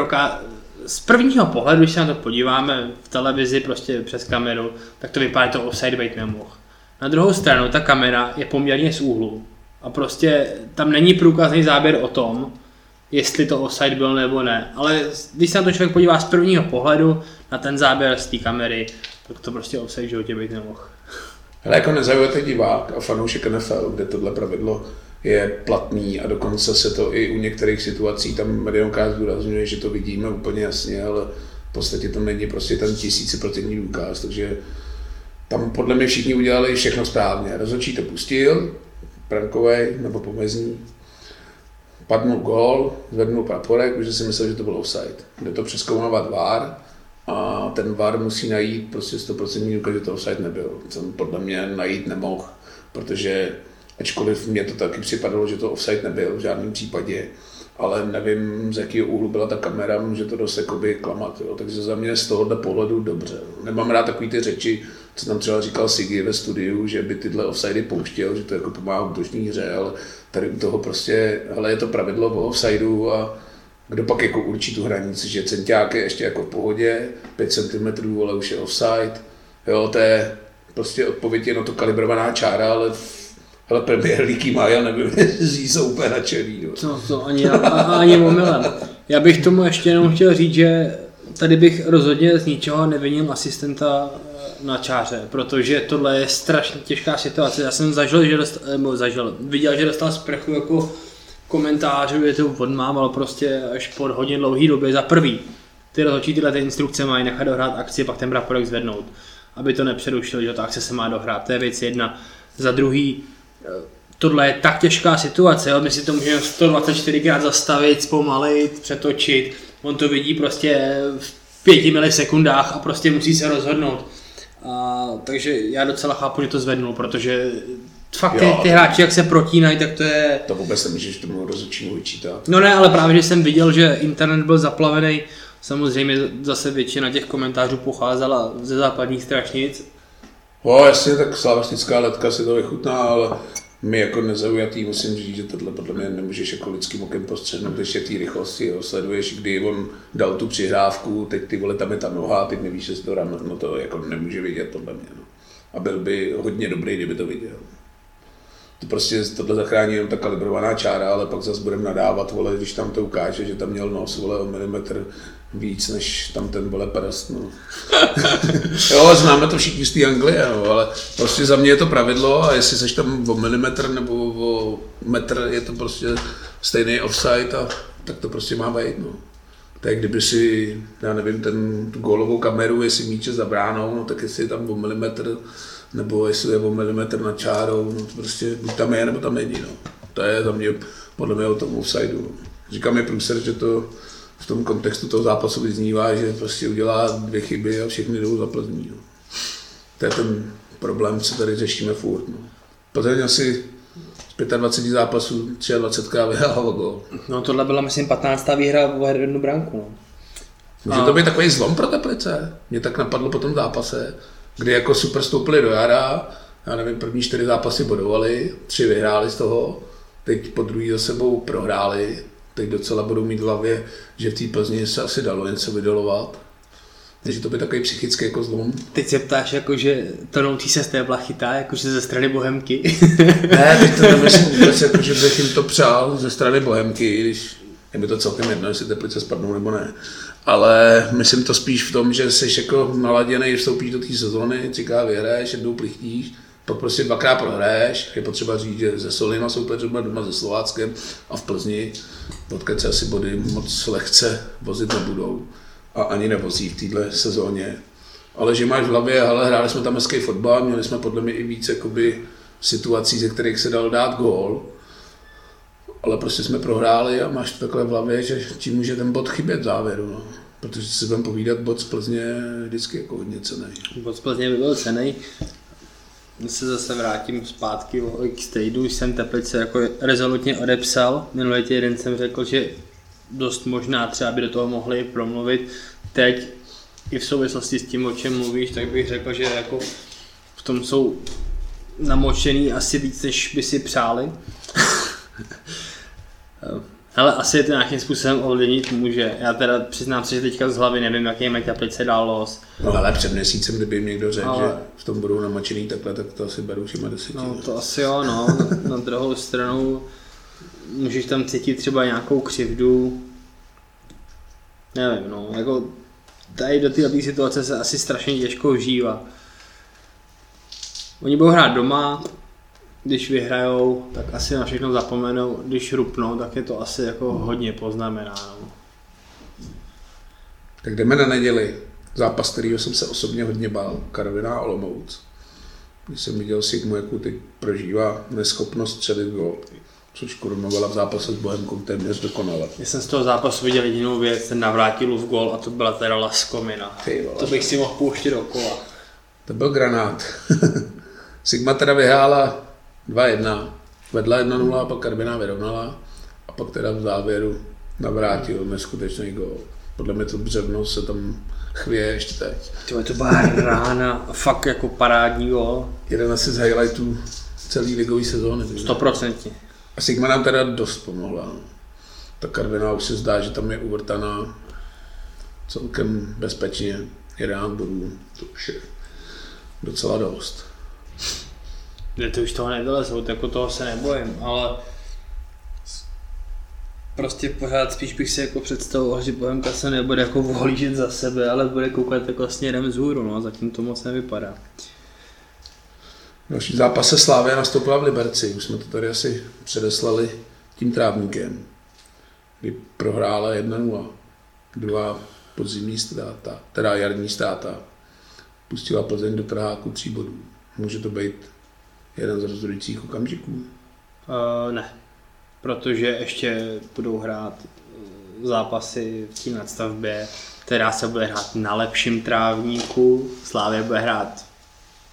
z prvního pohledu, když se na to podíváme v televizi prostě přes kameru, tak to vypadá, že to offside být nemohl. Na druhou stranu, ta kamera je poměrně z úhlu a prostě tam není průkazný záběr o tom, jestli to offside byl nebo ne, ale když se na to člověk podívá z prvního pohledu na ten záběr z té kamery, tak to prostě offside v životě být nemohl. Ale jako nezaujatý divák a fanoušek NFL, kde tohle pravidlo je platný a dokonce se to i u některých situací tam Medionkách zdůrazňuje, že to vidíme úplně jasně, ale v podstatě to není prostě ten 1000% důkaz, takže tam podle mě všichni udělali všechno správně. Rozhodčí to pustil, brankovej nebo pomezní, padnul gól, zvednul praporek, protože si myslel, že to byl offside. Jde to přezkoumávat VAR a ten VAR musí najít prostě 100% důkaz, že to offside nebyl. Jsem podle mě najít nemohl, protože ačkoliv mně to taky připadalo, že to offside nebyl v žádném případě, ale nevím, z jakého úhlu byla ta kamera, může to dost jakoby klamat. Jo. Takže za mě z tohohle pohledu dobře. Nemám rád takový ty řeči, co tam třeba říkal Sigi ve studiu, že by tyhle offsidey pouštěl, že to jako pomáhá v útoční hře, ale tady u toho prostě, hele, je to pravidlo o offsideu a kdo pak jako určí tu hranici, že centiák je ještě jako v pohodě, 5 cm, ale už je offside. Jo, to je prostě odpověď je na to kalibrovaná čára, ale hele, Premier League má, já nevím, že jsou úplně nadšený. To ani omylem. Já bych tomu ještě jenom chtěl říct, že tady bych rozhodně z ničeho nevinil asistenta na čáře, protože tohle je strašně těžká situace. Já jsem viděl, že dostal sprchu jako komentářů, je to odmával prostě až po hodně dlouhý době za prvý. Ty rozhodčí ty instrukce mají nechat dohrát akci, pak ten praporek zvednout, aby to nepřerušil, že ta akce se má dohrát. To je věc jedna. Za druhý, tohle je tak těžká situace, jo? My si to můžeme 124krát zastavit, zpomalit, přetočit. On to vidí prostě v 5 milisekundách a prostě musí se rozhodnout. Takže já docela chápu, že to zvednul, protože fakt ty hráči, jak se protínají, tak to je... To vůbec nemůžeš tomu rozhodčímu vyčítat. No ne, ale právě, že jsem viděl, že internet byl zaplavený. Samozřejmě zase většina těch komentářů pocházela ze západních strašnic. Jasně, tak slavastická letka si to vychutná, ale my jako nezaujatý musím říct, že tohle podle mě nemůžeš jako lidským okem postřehnout ještě té rychlosti. Sleduješ, kdy on dal tu přihrávku, teď ty vole tam je ta noha, teď nevíš, jestli to ráno, no to jako nemůže vidět podle mě. No. A byl by hodně dobrý, kdyby to viděl. To prostě tohle zachrání jenom ta kalibrovaná čára, ale pak zase budeme nadávat, vole, když tam to ukáže, že tam měl nos, vole, o milimetr víc, než tam ten, vole, prst, no. Jo, známe to všichni z té Anglie, no, ale prostě za mě je to pravidlo a jestli seš tam o milimetr nebo o metr, je to prostě stejný offside a tak to prostě má být, no. Tak kdyby si, já nevím, tu gólovou kameru, jestli míč je za bránou, no tak jestli je tam o milimetr, nebo jestli je o milimetr nad čárou, no to prostě buď tam je, nebo tam není, no. To je za mě, podle mě o tom offsideu, no. Říkám je průser, že to v tom kontextu toho zápasu vyznívá, že prostě udělá 2 chyby a všechny jdou za Plzní, no. To je ten problém, co tady řešíme furt, no. Plzeň asi z 25 zápasů 23 vyhrála gól. No tohle byla, myslím, 15. výhra o 1 branku, no. Může to být takový zlom pro Teplice? Mě tak napadlo po tom zápase, kdy jako super stoupili do jara, já nevím, první 4 zápasy bodovali, 3 vyhráli z toho, teď po druhý za sebou prohráli, teď docela budou mít v hlavě, že v té Plzni se asi dalo něco vydolovat. Takže to by takový psychický jako zlom. Teď se ptáš, jako, že tonoucí se stébla chytá, jakože ze strany Bohemky. Ne, teď to nemyslím vůbec, jako, že bych jim to přál ze strany Bohemky, když je mi to celkem jedno, jestli Teplice spadnou nebo ne. Ale myslím to spíš v tom, že jsi jako naladěnej, vstoupíš do té sezóny, 3krát vyhraješ, 1 plichtíš, pak prostě 2krát prohraješ. Je potřeba říct, že ze Solina soupeřem doma se Slováckem a v Plzni, odkud se asi body moc lehce vozit nebudou. A ani nevozí v této sezóně. Ale že máš v hlavě, hele, hráli jsme tam hezký fotbal, měli jsme podle mě i víc jakoby situací, ze kterých se dal dát gól. Ale prostě jsme prohráli a máš to takhle v hlavě, že ti může ten bod chybět v závěru. No. Protože si budeme povídat, bod z Plzně je vždycky jako hodně cenný. Bod z Plzně by byl cenný. Když se zase vrátím zpátky o X týdnu, když jsem Teplice jako rezolutně odepsal. Minulý týden jsem řekl, že dost možná třeba by do toho mohli promluvit. Teď i v souvislosti s tím, o čem mluvíš, tak bych řekl, že jako v tom jsou namočený asi víc, než by si přáli. Ale asi je to nějakým způsobem ovlivnit může. Já teda přiznám se, že teďka z hlavy nevím, jaký mají Teplice dál los. No ale před měsícem, kdyby jim někdo řekl, že v tom budou namočený takhle, tak to asi beru všema 10. No to asi jo, no. Na druhou stranu můžeš tam cítit třeba nějakou křivdu. Nevím, no. Jako tady do této situace se asi strašně těžko vžívá. Oni budou hrát doma, když vyhrajou, tak asi na všechno zapomenou, když rupnou, tak je to asi jako hodně poznamenáno. Tak jdeme na neděli. Zápas, kterýho jsem se osobně hodně bál, Karviná Olomouc. Když jsem viděl Sigmu, jakou teď prožívá neschopnost střelit gól, což korunovala v zápase s Bohemkou téměř dokonale. Já jsem z toho zápasu viděl jedinou věc, ten Navrátilův gól a to byla teda Laskomina. To bych si mohl pouštět dokola. To byl granát. Sigma teda vyhrála 2-1, vedla 1-0 a pak Karviná vyrovnala a pak teda v závěru Navrátil neskutečný gól. Podle mě to břevno se tam chvěje ještě teď. To byla rána, fakt jako parádní gól. Jeden asi z highlightů celé ligové sezóny. 100%. A Sigma nám teda dost pomohla. No. Ta Karviná už se zdá, že tam je uvrtaná celkem bezpečně 11 bodů, to už je docela dost. Ty už toho nevylezou, jako toho se nebojím, ale prostě pořád spíš bych si jako představoval, že Bohemka se nebude jako vohlížet za sebe, ale bude koukat jako směrem vzhůru, no, zatím to moc nevypadá. Další zápas se Slavia nastoupila v Liberci, už jsme to tady asi předeslali tím trávníkem, kdy prohrála 1-0, druhá podzimní ztráta, teda jarní ztráta, pustila Plzeň do trháku 3 bodů. Může to být jeden z rozhodujících okamžiků? Ne, protože ještě budou hrát zápasy v té nadstavbě, která se bude hrát na lepším trávníku. Slavia bude hrát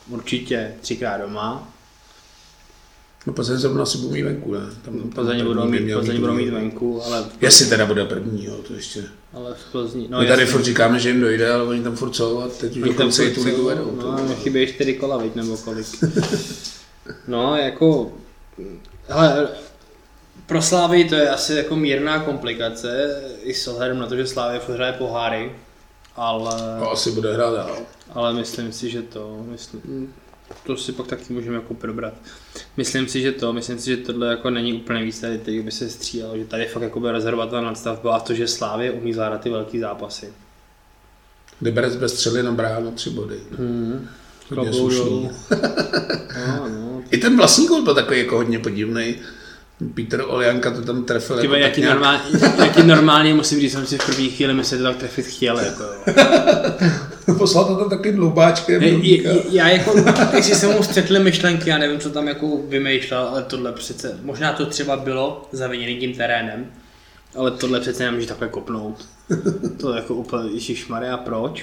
určitě 3krát doma. No Plzeň zrovna asi budou mít venku, ne? Plzeň budou mít venku, ale... Jestli teda bude první, jo, to ještě... Ale v Plzni... No, my tady furt říkáme, že jim dojde, ale oni tam furt jsou a teď už dokonce i tu ligu vedou. No, chybějí 4 kola, viď, nebo kolik. No, jako... Hele, pro Slávii to je asi jako mírná komplikace, i s ohledem na to, že Slávia furt hraje poháry, ale... A asi bude hrát dál. Ale myslím si, že to si pak taky můžeme jako probrat. Myslím si, že tohle jako není úplně víc tady, teď by se střídalo, že tady fakt jako bude rozhodovatelná nadstavba a to, že Slávě umí zvládat ty velký zápasy. Liberec bez střely na bránu 3 body. Hodně slušný. No. I ten vlastní gól byl takový jako hodně podivný. Petr Oljanka to tam trefil. Tyba, jako jaký normálně musím říct, jsem si v první chvíli myslel, že to tak trefit chtěl. Jako. Poslal to tam taky dloubáčkem. Já jako, jestli jsem mu střetli myšlenky, já nevím, co tam jako vymýšlel, ale tohle přece, možná to třeba bylo zaviněný tím terénem, ale tohle přece nemůže takhle kopnout. To je jako úplně, ježišmarja, proč?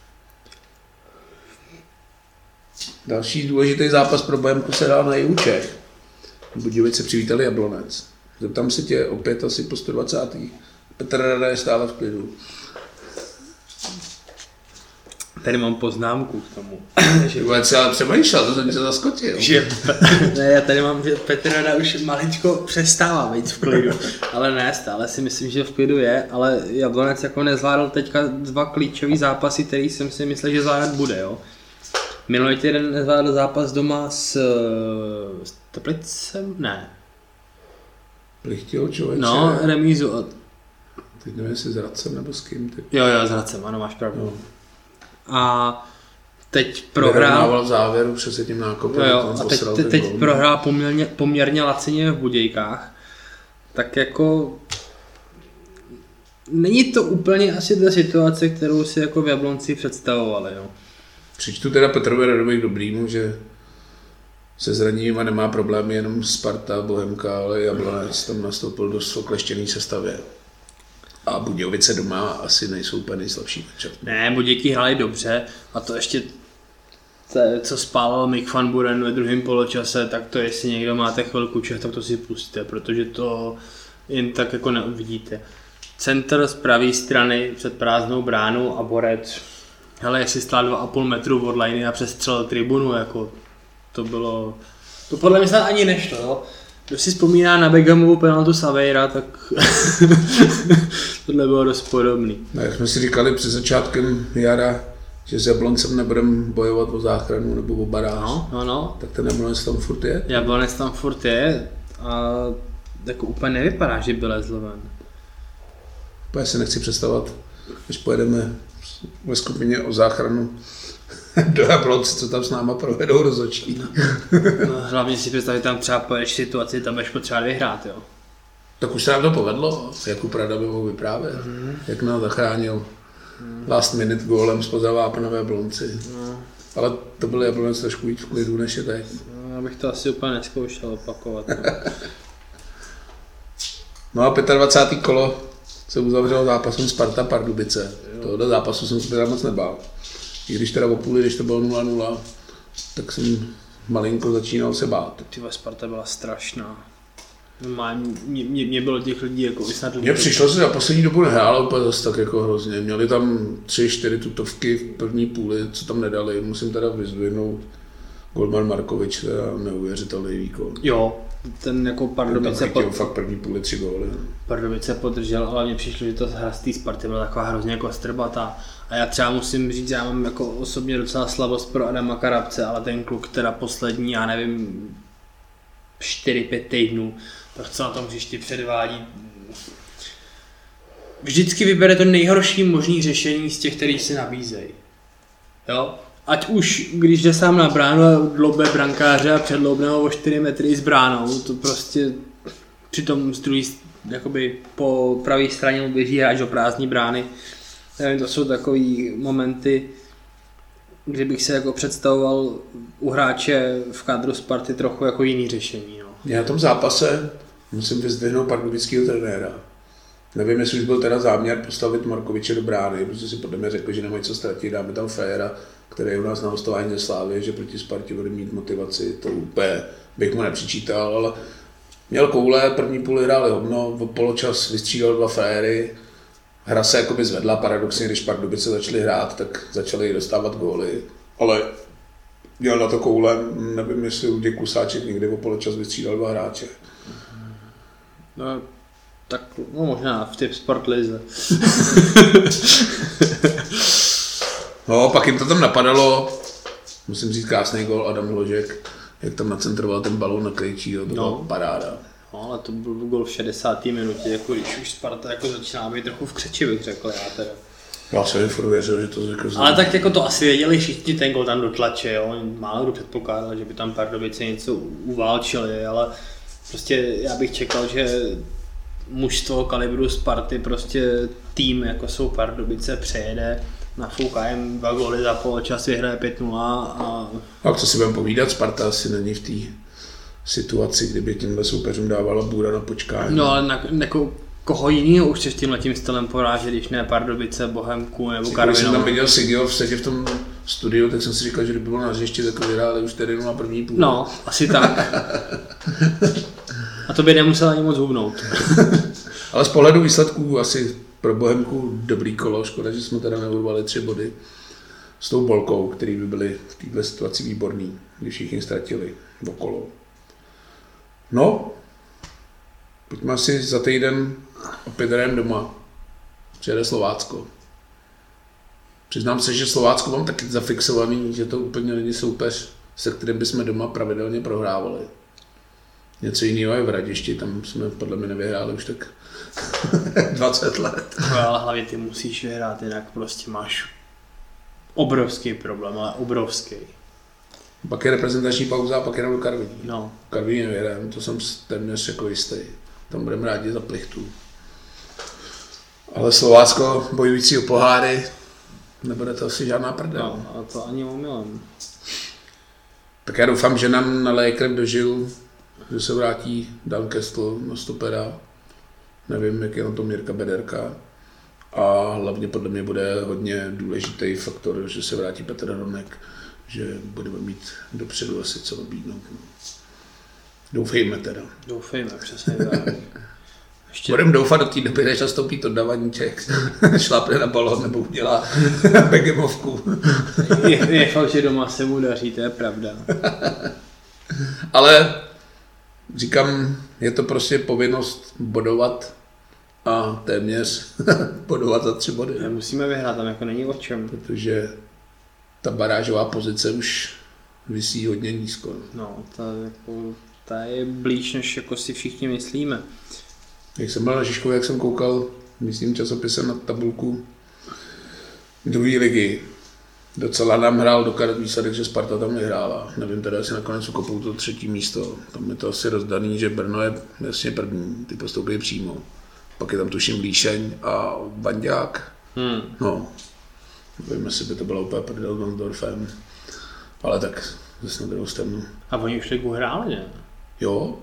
Další důležitý zápas pro Bohemku se dál na jihu Čech. Budějovice přivítali Jablonec. Zeptám se tě opět asi po 120. Petr Rada je stále v klidu. Tady mám poznámku k tomu. Vůbec se ale přemýšlel, to jsem se zaskočil. Ne, já tady mám, že Petr Rada už maličko přestává být v klidu. Ale ne, stále si myslím, že v klidu je, ale Jablonec jako nezvládl teďka 2 klíčový zápasy, který jsem si myslel, že zvládat bude, jo. Minulý týden nezvládl zápas doma s Teplicem? Ne. Plichtil člověče. No, remízu. Teď nevím, jestli s Hradcem nebo s kým. Teď. Jo, s Hradcem, ano, máš pravdu. No. A teď prohrál... Vyrovnával v závěru přes tím nákopem. Jo, a teď prohrál poměrně lacině v Budějkách. Tak jako... Není to úplně asi ta situace, kterou si jako v Jablonci představovali, jo. Přičtu teda Petrovi Radovi k dobrýmu, že se zraněním nemá problémy jenom Sparta, Bohemka, ale Jablonec tam nastoupil dost v okleštěný sestavě. A Budějovice doma asi nejsou úplně nejslabší matchup. Ne, Budějky hráli dobře a to ještě, co spálil Mick van Buren ve druhém poločase, tak to jestli někdo máte chvilku čas, tak to si pustíte, protože to jen tak jako neuvidíte. Centr z pravé strany před prázdnou bránou a borec. Hele, jestli stál 2,5 metru od liney a přestřelil tribunu, jako to bylo... To podle mě snad ani nešlo, jo. Kdo si vzpomíná na Beckhamovu penaltu Saveira, tak tohle bylo dost podobný. No, jak jsme si říkali před začátkem jara, že s Jabloncem nebudeme bojovat o záchranu nebo o baráž, no. Tak ten Jablonec tam furt je. Jablonec tam furt je a jako úplně nevypadá, že byl zloven. Já si nechci představovat, když pojedeme ve skupině o záchranu do Jablonce, co tam s náma provedou rozhodčí. No, hlavně si představit, tam třeba pojedeš situaci, tam budeš potřeba vyhrát, jo. Tak už se nám to povedlo, Jakub Rada by mohl vyprávět, jak nás zachránil last minute gólem spoza Vápna v Jablonci. Ale to byl Jablonec trošku víc v klidu, než je teď. Já bych to asi úplně neskoušel opakovat. No a 25. kolo se uzavřelo zápasem Sparta Pardubice. Tohoto zápasu jsem se teda moc nebál. I když teda o půli, když to bylo 0-0, tak jsem malinko začínal se bát. Tyhle Sparta byla strašná. Mě bylo těch lidí jako snad... Mně přišlo, že za poslední dobu nehrálo úplně zase tak jako hrozně. Měli tam 3-4 tutovky v první půli, co tam nedali. Musím teda vyzdvihnout golman Markovič, teda neuvěřitelný výkon. Jo, ten jako Pardubice fakt první půli 3 góly. Pardubice podržel, ale mně přišlo, že to hra z té Sparty byla taková hrozně jako strbatá. A já třeba musím říct, že já mám jako osobně docela slabost pro Adama Karabce, ale ten kluk teda poslední, já nevím, 4-5 týdnů, tak co na tom hřišti předvádí. Vždycky vybere to nejhorší možný řešení z těch, který se nabízejí. Jo? Ať už, když jde sám na bránu a dloube brankáře a předloubne ho o 4 metry s bránou, to prostě přitom z druhé, jakoby po pravé straně běží hráč do prázdní brány. Nevím, to jsou takový momenty, kdybych se jako představoval u hráče v kádru Sparty trochu jako jiný řešení. No. Já na tom zápase musím vyzdvihnout pardubického trenéra. Nevím, jestli už byl teda záměr postavit Markoviče do brány, protože si podle mě řekl, že nemají co ztratit, dáme tam Fejera který u nás na hostování ze Slávy, že proti Spartě bude mít motivaci, to úplně bych mu nepřičítal, ale měl koule, první půl hráli hovno, v poločas vystřídal 2 frajery, hra se jakoby zvedla, paradoxně, když Pardubice začali hrát, tak začali dostávat góly, ale měl na to koule, nevím, jestli Luděk Klusáček někdy v poločas vystřídal 2 hráče. No, tak možná v typ Sportlize. No, pak jim to tam napadalo, musím říct krásný gól Adam Ložek, jak tam nacentroval ten balón na Krejčího, to byla paráda. No, ale to byl gól v 60. minutě, jako když už Sparta jako začíná být trochu v křeči, bych řekl já teda. Já jsem furt věřil, že to jako ale tak jako to asi věděli všichni, ten gól tam dotlače, jo. Málo kdo předpokládal, že by tam Pardubice něco uválčili, ale prostě já bych čekal, že muž z toho kalibru Sparty, prostě tým, jako jsou Pardubice, přejede, nafouká jim 2 góly za poločas, vyhraje 5-0 a... A co si budeme povídat, Sparta asi není v té situaci, kdyby těmhle soupeřům dávala bůra na počkání. No ale koho jinýho už s tímhletím stylem porážet, když ne Pardubice, Bohemku nebo Karvinou. Když jsem tam viděl Sigio v tom studiu, tak jsem si říkal, že kdyby bylo na hřišti, tak vyhráli už 4-0 na první půl. No, asi tak. A to by nemusel ani moc hubnout. Ale z pohledu výsledků asi pro Bohemku dobrý kolo, škoda, že jsme teda neurvali 3 body s tou Bolkou, který by byly v této situaci výborný, když všichni ztratili okolo. No, pojďme asi za týden opět hrajeme doma. Přijede Slovácko. Přiznám se, že Slovácko mám taky zafixovaný, že to úplně není soupeř, se kterým bychom doma pravidelně prohrávali. Něco jiného je v Hradišti, tam jsme podle mě nevyhráli už tak 20 let. No, ale hlavně ty musíš vyhrát, jinak prostě máš obrovský problém, ale obrovský. Pak je reprezentační pauza a pak jdeme do Karviní. No. Karviní nevyhrajeme, to jsem téměř jako jistý. Tam budeme rádi za plichtu. Ale Slovácko bojující o poháry, nebude to asi žádná prdel. No, a to ani omylem. Tak já doufám, že nám naleje krev do žil, že se vrátí Dan Kestl na stopera. Nevím, jak je na tom Jirka Bederka. A hlavně podle mě bude hodně důležitý faktor, že se vrátí Petr Hronek, že budeme mít dopředu asi co nabídnout. Doufejme teda. Doufejme, přesně tak. Budeme doufat do té doby, než nastoupí to Davaníček, šlápne na balón nebo udělá begemovku. Je fakt, že doma se mu daří, to je pravda. Ale říkám, je to prostě povinnost bodovat a téměř bodovat za 3 body. Musíme vyhrát, tam jako není o čem. Protože ta barážová pozice už visí hodně nízko. No, ta je blíž, než jako si všichni myslíme. Jak jsem byl na Žižkově, jak jsem koukal, myslím časopisem na tabulku 2. ligy. Docela nám hrál do karet výsledek, že Sparta tam nehrála. Nevím teda, jestli nakonec ukopou to 3. místo. Tam je to asi rozdaný, že Brno je jasně první, ty postoupí přímo. Pak je tam tuším Líšeň a Vanďák. No, nevím, jestli by to bylo úplně prdel Gondorfem. Ale tak zase na druhou stranu. A oni už ligu hráli, ne? Jo.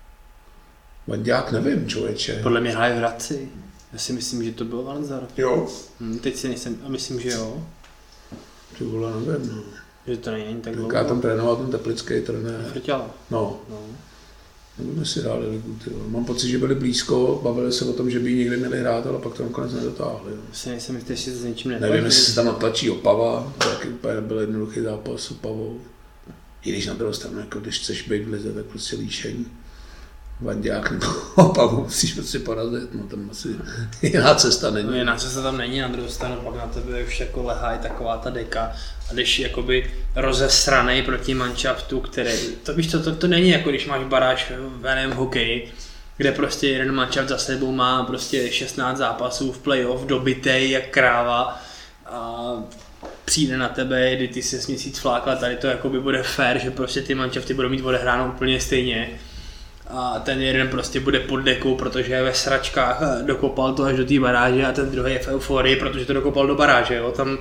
Vanďák nevím, člověče. Podle mě hraje v Hradci. Já si myslím, že to byl Valenzar. Jo. Teď si nejsem, a myslím, že jo. Ty vole, nevím, no. Že to není tak dlouho. Já tam trénoval ten teplický trenér. Frťala. No. Nevím, jestli hráli ligu, ty vole. Mám pocit, že byli blízko, bavili se o tom, že by ji někdy měli hrát, ale pak to nakonec nedotáhli. Si nejsem jistý, jestli se s něčím netlačí. Nevím, jestli se tam natlačí Opava, to taky úplně nebyl jednoduchý zápas s Opavou. I když na druhou stranu, jako když chceš být v lize, tak prostě Líšeň. Vanďák nebo Opavu musíš prostě porazit, no tam asi jiná cesta není. No jiná cesta tam není, na druhou stranu pak na tebe už jako lehá i taková ta deka a když jakoby rozesranej proti manšaftu, který, to víš to není jako když máš baráž v hokeji, kde prostě jeden manšaft za sebou má prostě 16 zápasů v playoff, dobitej jak kráva a přijde na tebe, kdy ty se měsíc flákla, tady to jakoby bude fair, že prostě ty manšafty budou mít odehráno úplně stejně. A ten jeden prostě bude pod dekou, protože je ve sračkách a dokopal to až do té baráže a ten druhý je v euforii, protože to dokopal do baráže, jo, tam...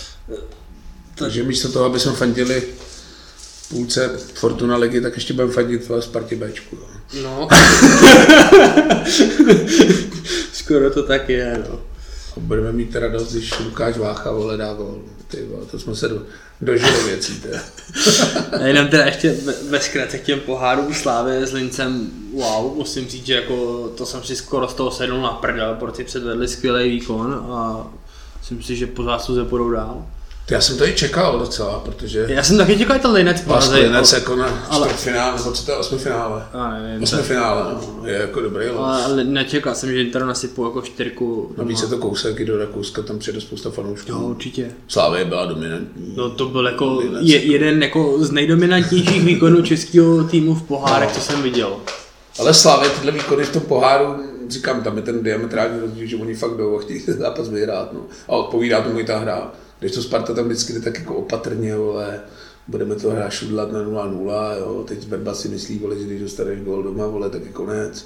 Takže místo toho, aby jsme fandili půlce Fortuna ligy, tak ještě budeme fandit v Spartě Bčku, jo. No. Skoro to tak je, no. Budeme mít radost, když Lukáš Vácha, vole, dá gól. Ty vole, to jsme se dožili věcí, teda. Jenom teda ještě ve zkratce k těm pohárům Slávy s Lincem, wow, musím říct, že jako to jsem si skoro z toho sednul na prdel, protože předvedli skvělý výkon a myslím si, že po zásluze půjdou dál. Já jsem to i čekal docela, protože... Já jsem taky čekal ten Linec Linec jako na čtvrtfinále, nebo co to je, osmifinále? Osmifinále, no, je jako dobrý. Ale nečekal jsem, že Inter nasypou jako 4. Navíc je to kousek i do Rakouska, tam přijde spousta fanoušků. Jo, určitě. Slávě byla dominantní. No to byl jako jeden jako z nejdominantnějších výkonů českého týmu v pohárech, co jsem viděl. Ale Slávě tyhle výkony v tom poháru, říkám, tam je ten diametrální rozdíl, že oni fakt jdou a chtějí ten zápas vyhrát, no. A odpovídá tomu i ta hra. Když to Sparta tam vždycky jde tak jako opatrně, vole, budeme to hrát šudlat na 0-0, jo, teď Verba si myslí, vole, že když dostaneš gól doma, vole, tak je konec.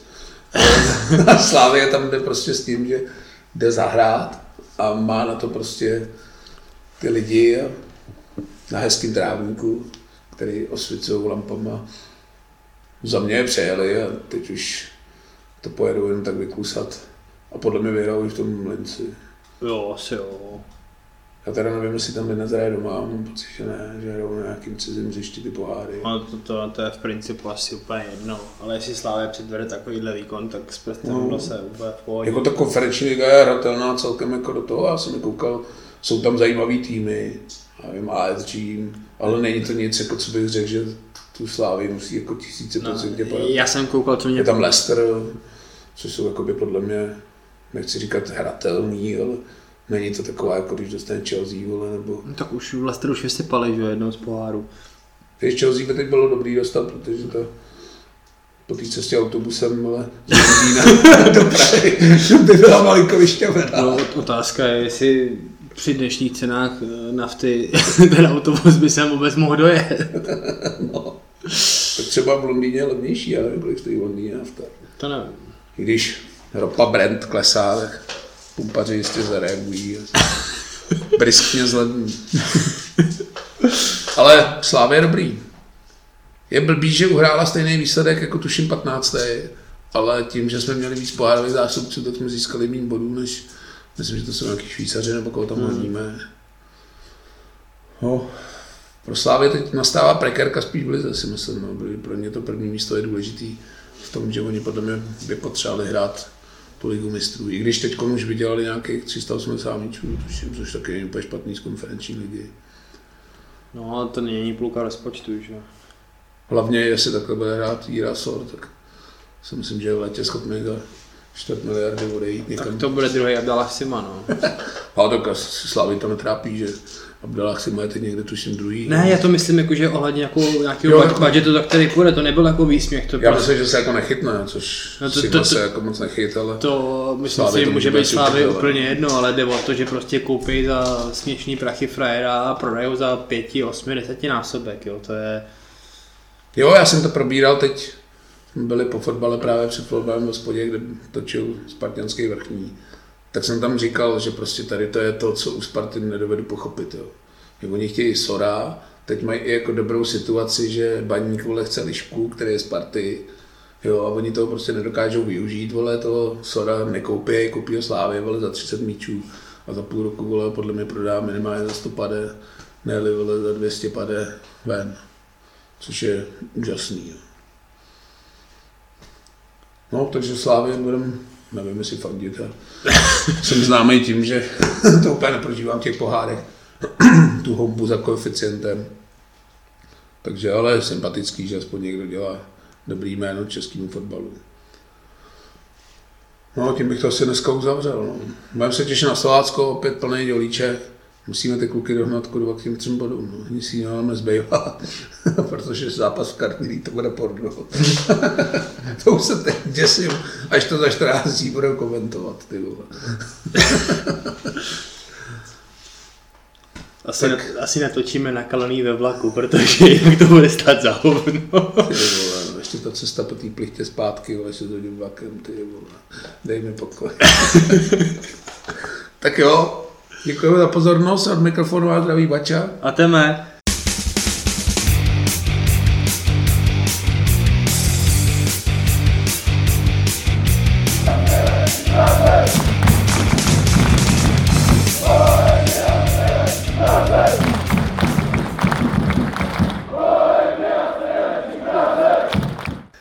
A Slavia tam jde prostě s tím, že jde zahrát a má na to prostě ty lidi na hezkým trávníku, který osvěcují lampama. Za mě je přejeli a teď už to pojedou jen tak vyklusat. A podle mě vyhrál i v tom Linci. Jo, asi jo. Já teda nevím, jestli tam Linec hraje doma, mám pocit, že ne, že hrajou na nějakým cizím hřišti ty poháry. No to je v principu asi úplně jedno, ale jestli Slavia předvede takovýhle výkon, tak s Prestem se úplně v pohodě. Jako ta konferenční liga je hratelná celkem jako do toho, já jsem koukal, jsou tam zajímavý týmy, já vím, ASG, ale není to nic, jako co bych řekl, že tu Slávii musí jako 1000% padat. Já jsem koukal, co mě... Je tam Leicester, což jsou jakoby podle mě, nechci říkat hratelný, ale není to taková, jako když dostane Chelsea, vole, nebo... No, tak už Leicester už vysypali, že jednou z poháru. Víš, Chelsea by teď bylo dobrý dostat, protože to po té cestě autobusem, ale z Londýna do Prahy by byla malinko vyšťavená. No, otázka je, jestli při dnešních cenách nafty ten autobus by se vůbec mohl dojet. No, tak třeba v Londýně je levnější, já nevím, kolik stojí v Londýně nafta. To nevím. I když ropa Brent klesá, tak pumpaři jistě zareagují. Briskně zlevní. Ale Slavia je dobrý. Je blbý, že uhrála stejný výsledek jako tuším 15. Ale tím, že jsme měli víc pohárových zástupců, tak jsme získali méně bodů, než myslím, že to jsou nějaký Švýcaři, nebo koho tam hodíme. No, pro Slavii teď nastává prekérka spíš v lize, si myslím. No. Pro ně to první místo je důležitý v tom, že oni podle mě by potřebovali hrát tu ligu mistrů. I když teď už vydělali nějakých 380 míčů, což taky není úplně špatný z konferenční ligy. No, to není půlka rozpočtu, že? Hlavně, jestli takhle bude hrát Jíra Sor, tak si myslím, že je v letě schopný za 4 miliardy odejít někam. Tak to bude druhý Abdallah Sima, no. Ale tak Slavii to netrápí, že Abdallah Sima je teď někde tuším druhý. Ne, já to myslím, jako, že ohledně nějakého budgetu, tak tady půjde, to nebyl jako výsměch. To já myslím, že se jako nechytne, což no Sima se jako moc nechyt, ale... To myslím si, může být Slavii úplně jedno, ale jde o to, že prostě koupí za směšný prachy frajera a prodajou za 5, 8, 10 násobek, jo, to je... Jo, já jsem to probíral teď, byli po fotbale právě před fotbalem v hospodě, kde točil Spartanský vrchní. Tak jsem tam říkal, že prostě tady to je to, co u Sparty nedovedu pochopit. Jo. Jak oni chtějí Sora, teď mají i jako dobrou situaci, že Baník vole chce Lišku, který je Sparty, jo, a oni toho prostě nedokážou využít, vole, toho Sora nekoupí, koupí ho Slávě, vole, za 30 míčů a za půl roku, vole, podle mě prodá minimálně za 100 pade, ne-li, vole, za 200 pade ven, což je úžasný. Jo. No, takže Slávě budeme, nevím, jestli fandit. Jsem známý tím, že to úplně neprožívám v těch pohárech, tu houbu za koeficientem. Takže ale sympatický, že aspoň někdo dělá dobrý jméno českému fotbalu. No, tím bych to asi dneska uzavřel. No. Budeme se těšit na Slovácko, opět plný dělíček. Musíme ty kluky dohnat k 3 bodům. No. Nic jiného nezbývá, protože zápas v Kartmílí to bude porno. To už se teď děsím, až to za 14 dní budou komentovat. Ty vole. Asi natočíme na Kalaný ve vlaku, protože jinak to bude stát za hovno. Ještě ta cesta po té plichtě zpátky, vole, se to jdu vlakem, ty vole. Dej mi pokoj. Tak jo. Děkuji za pozornost, od mikrofonu a zdraví Bača. A teme.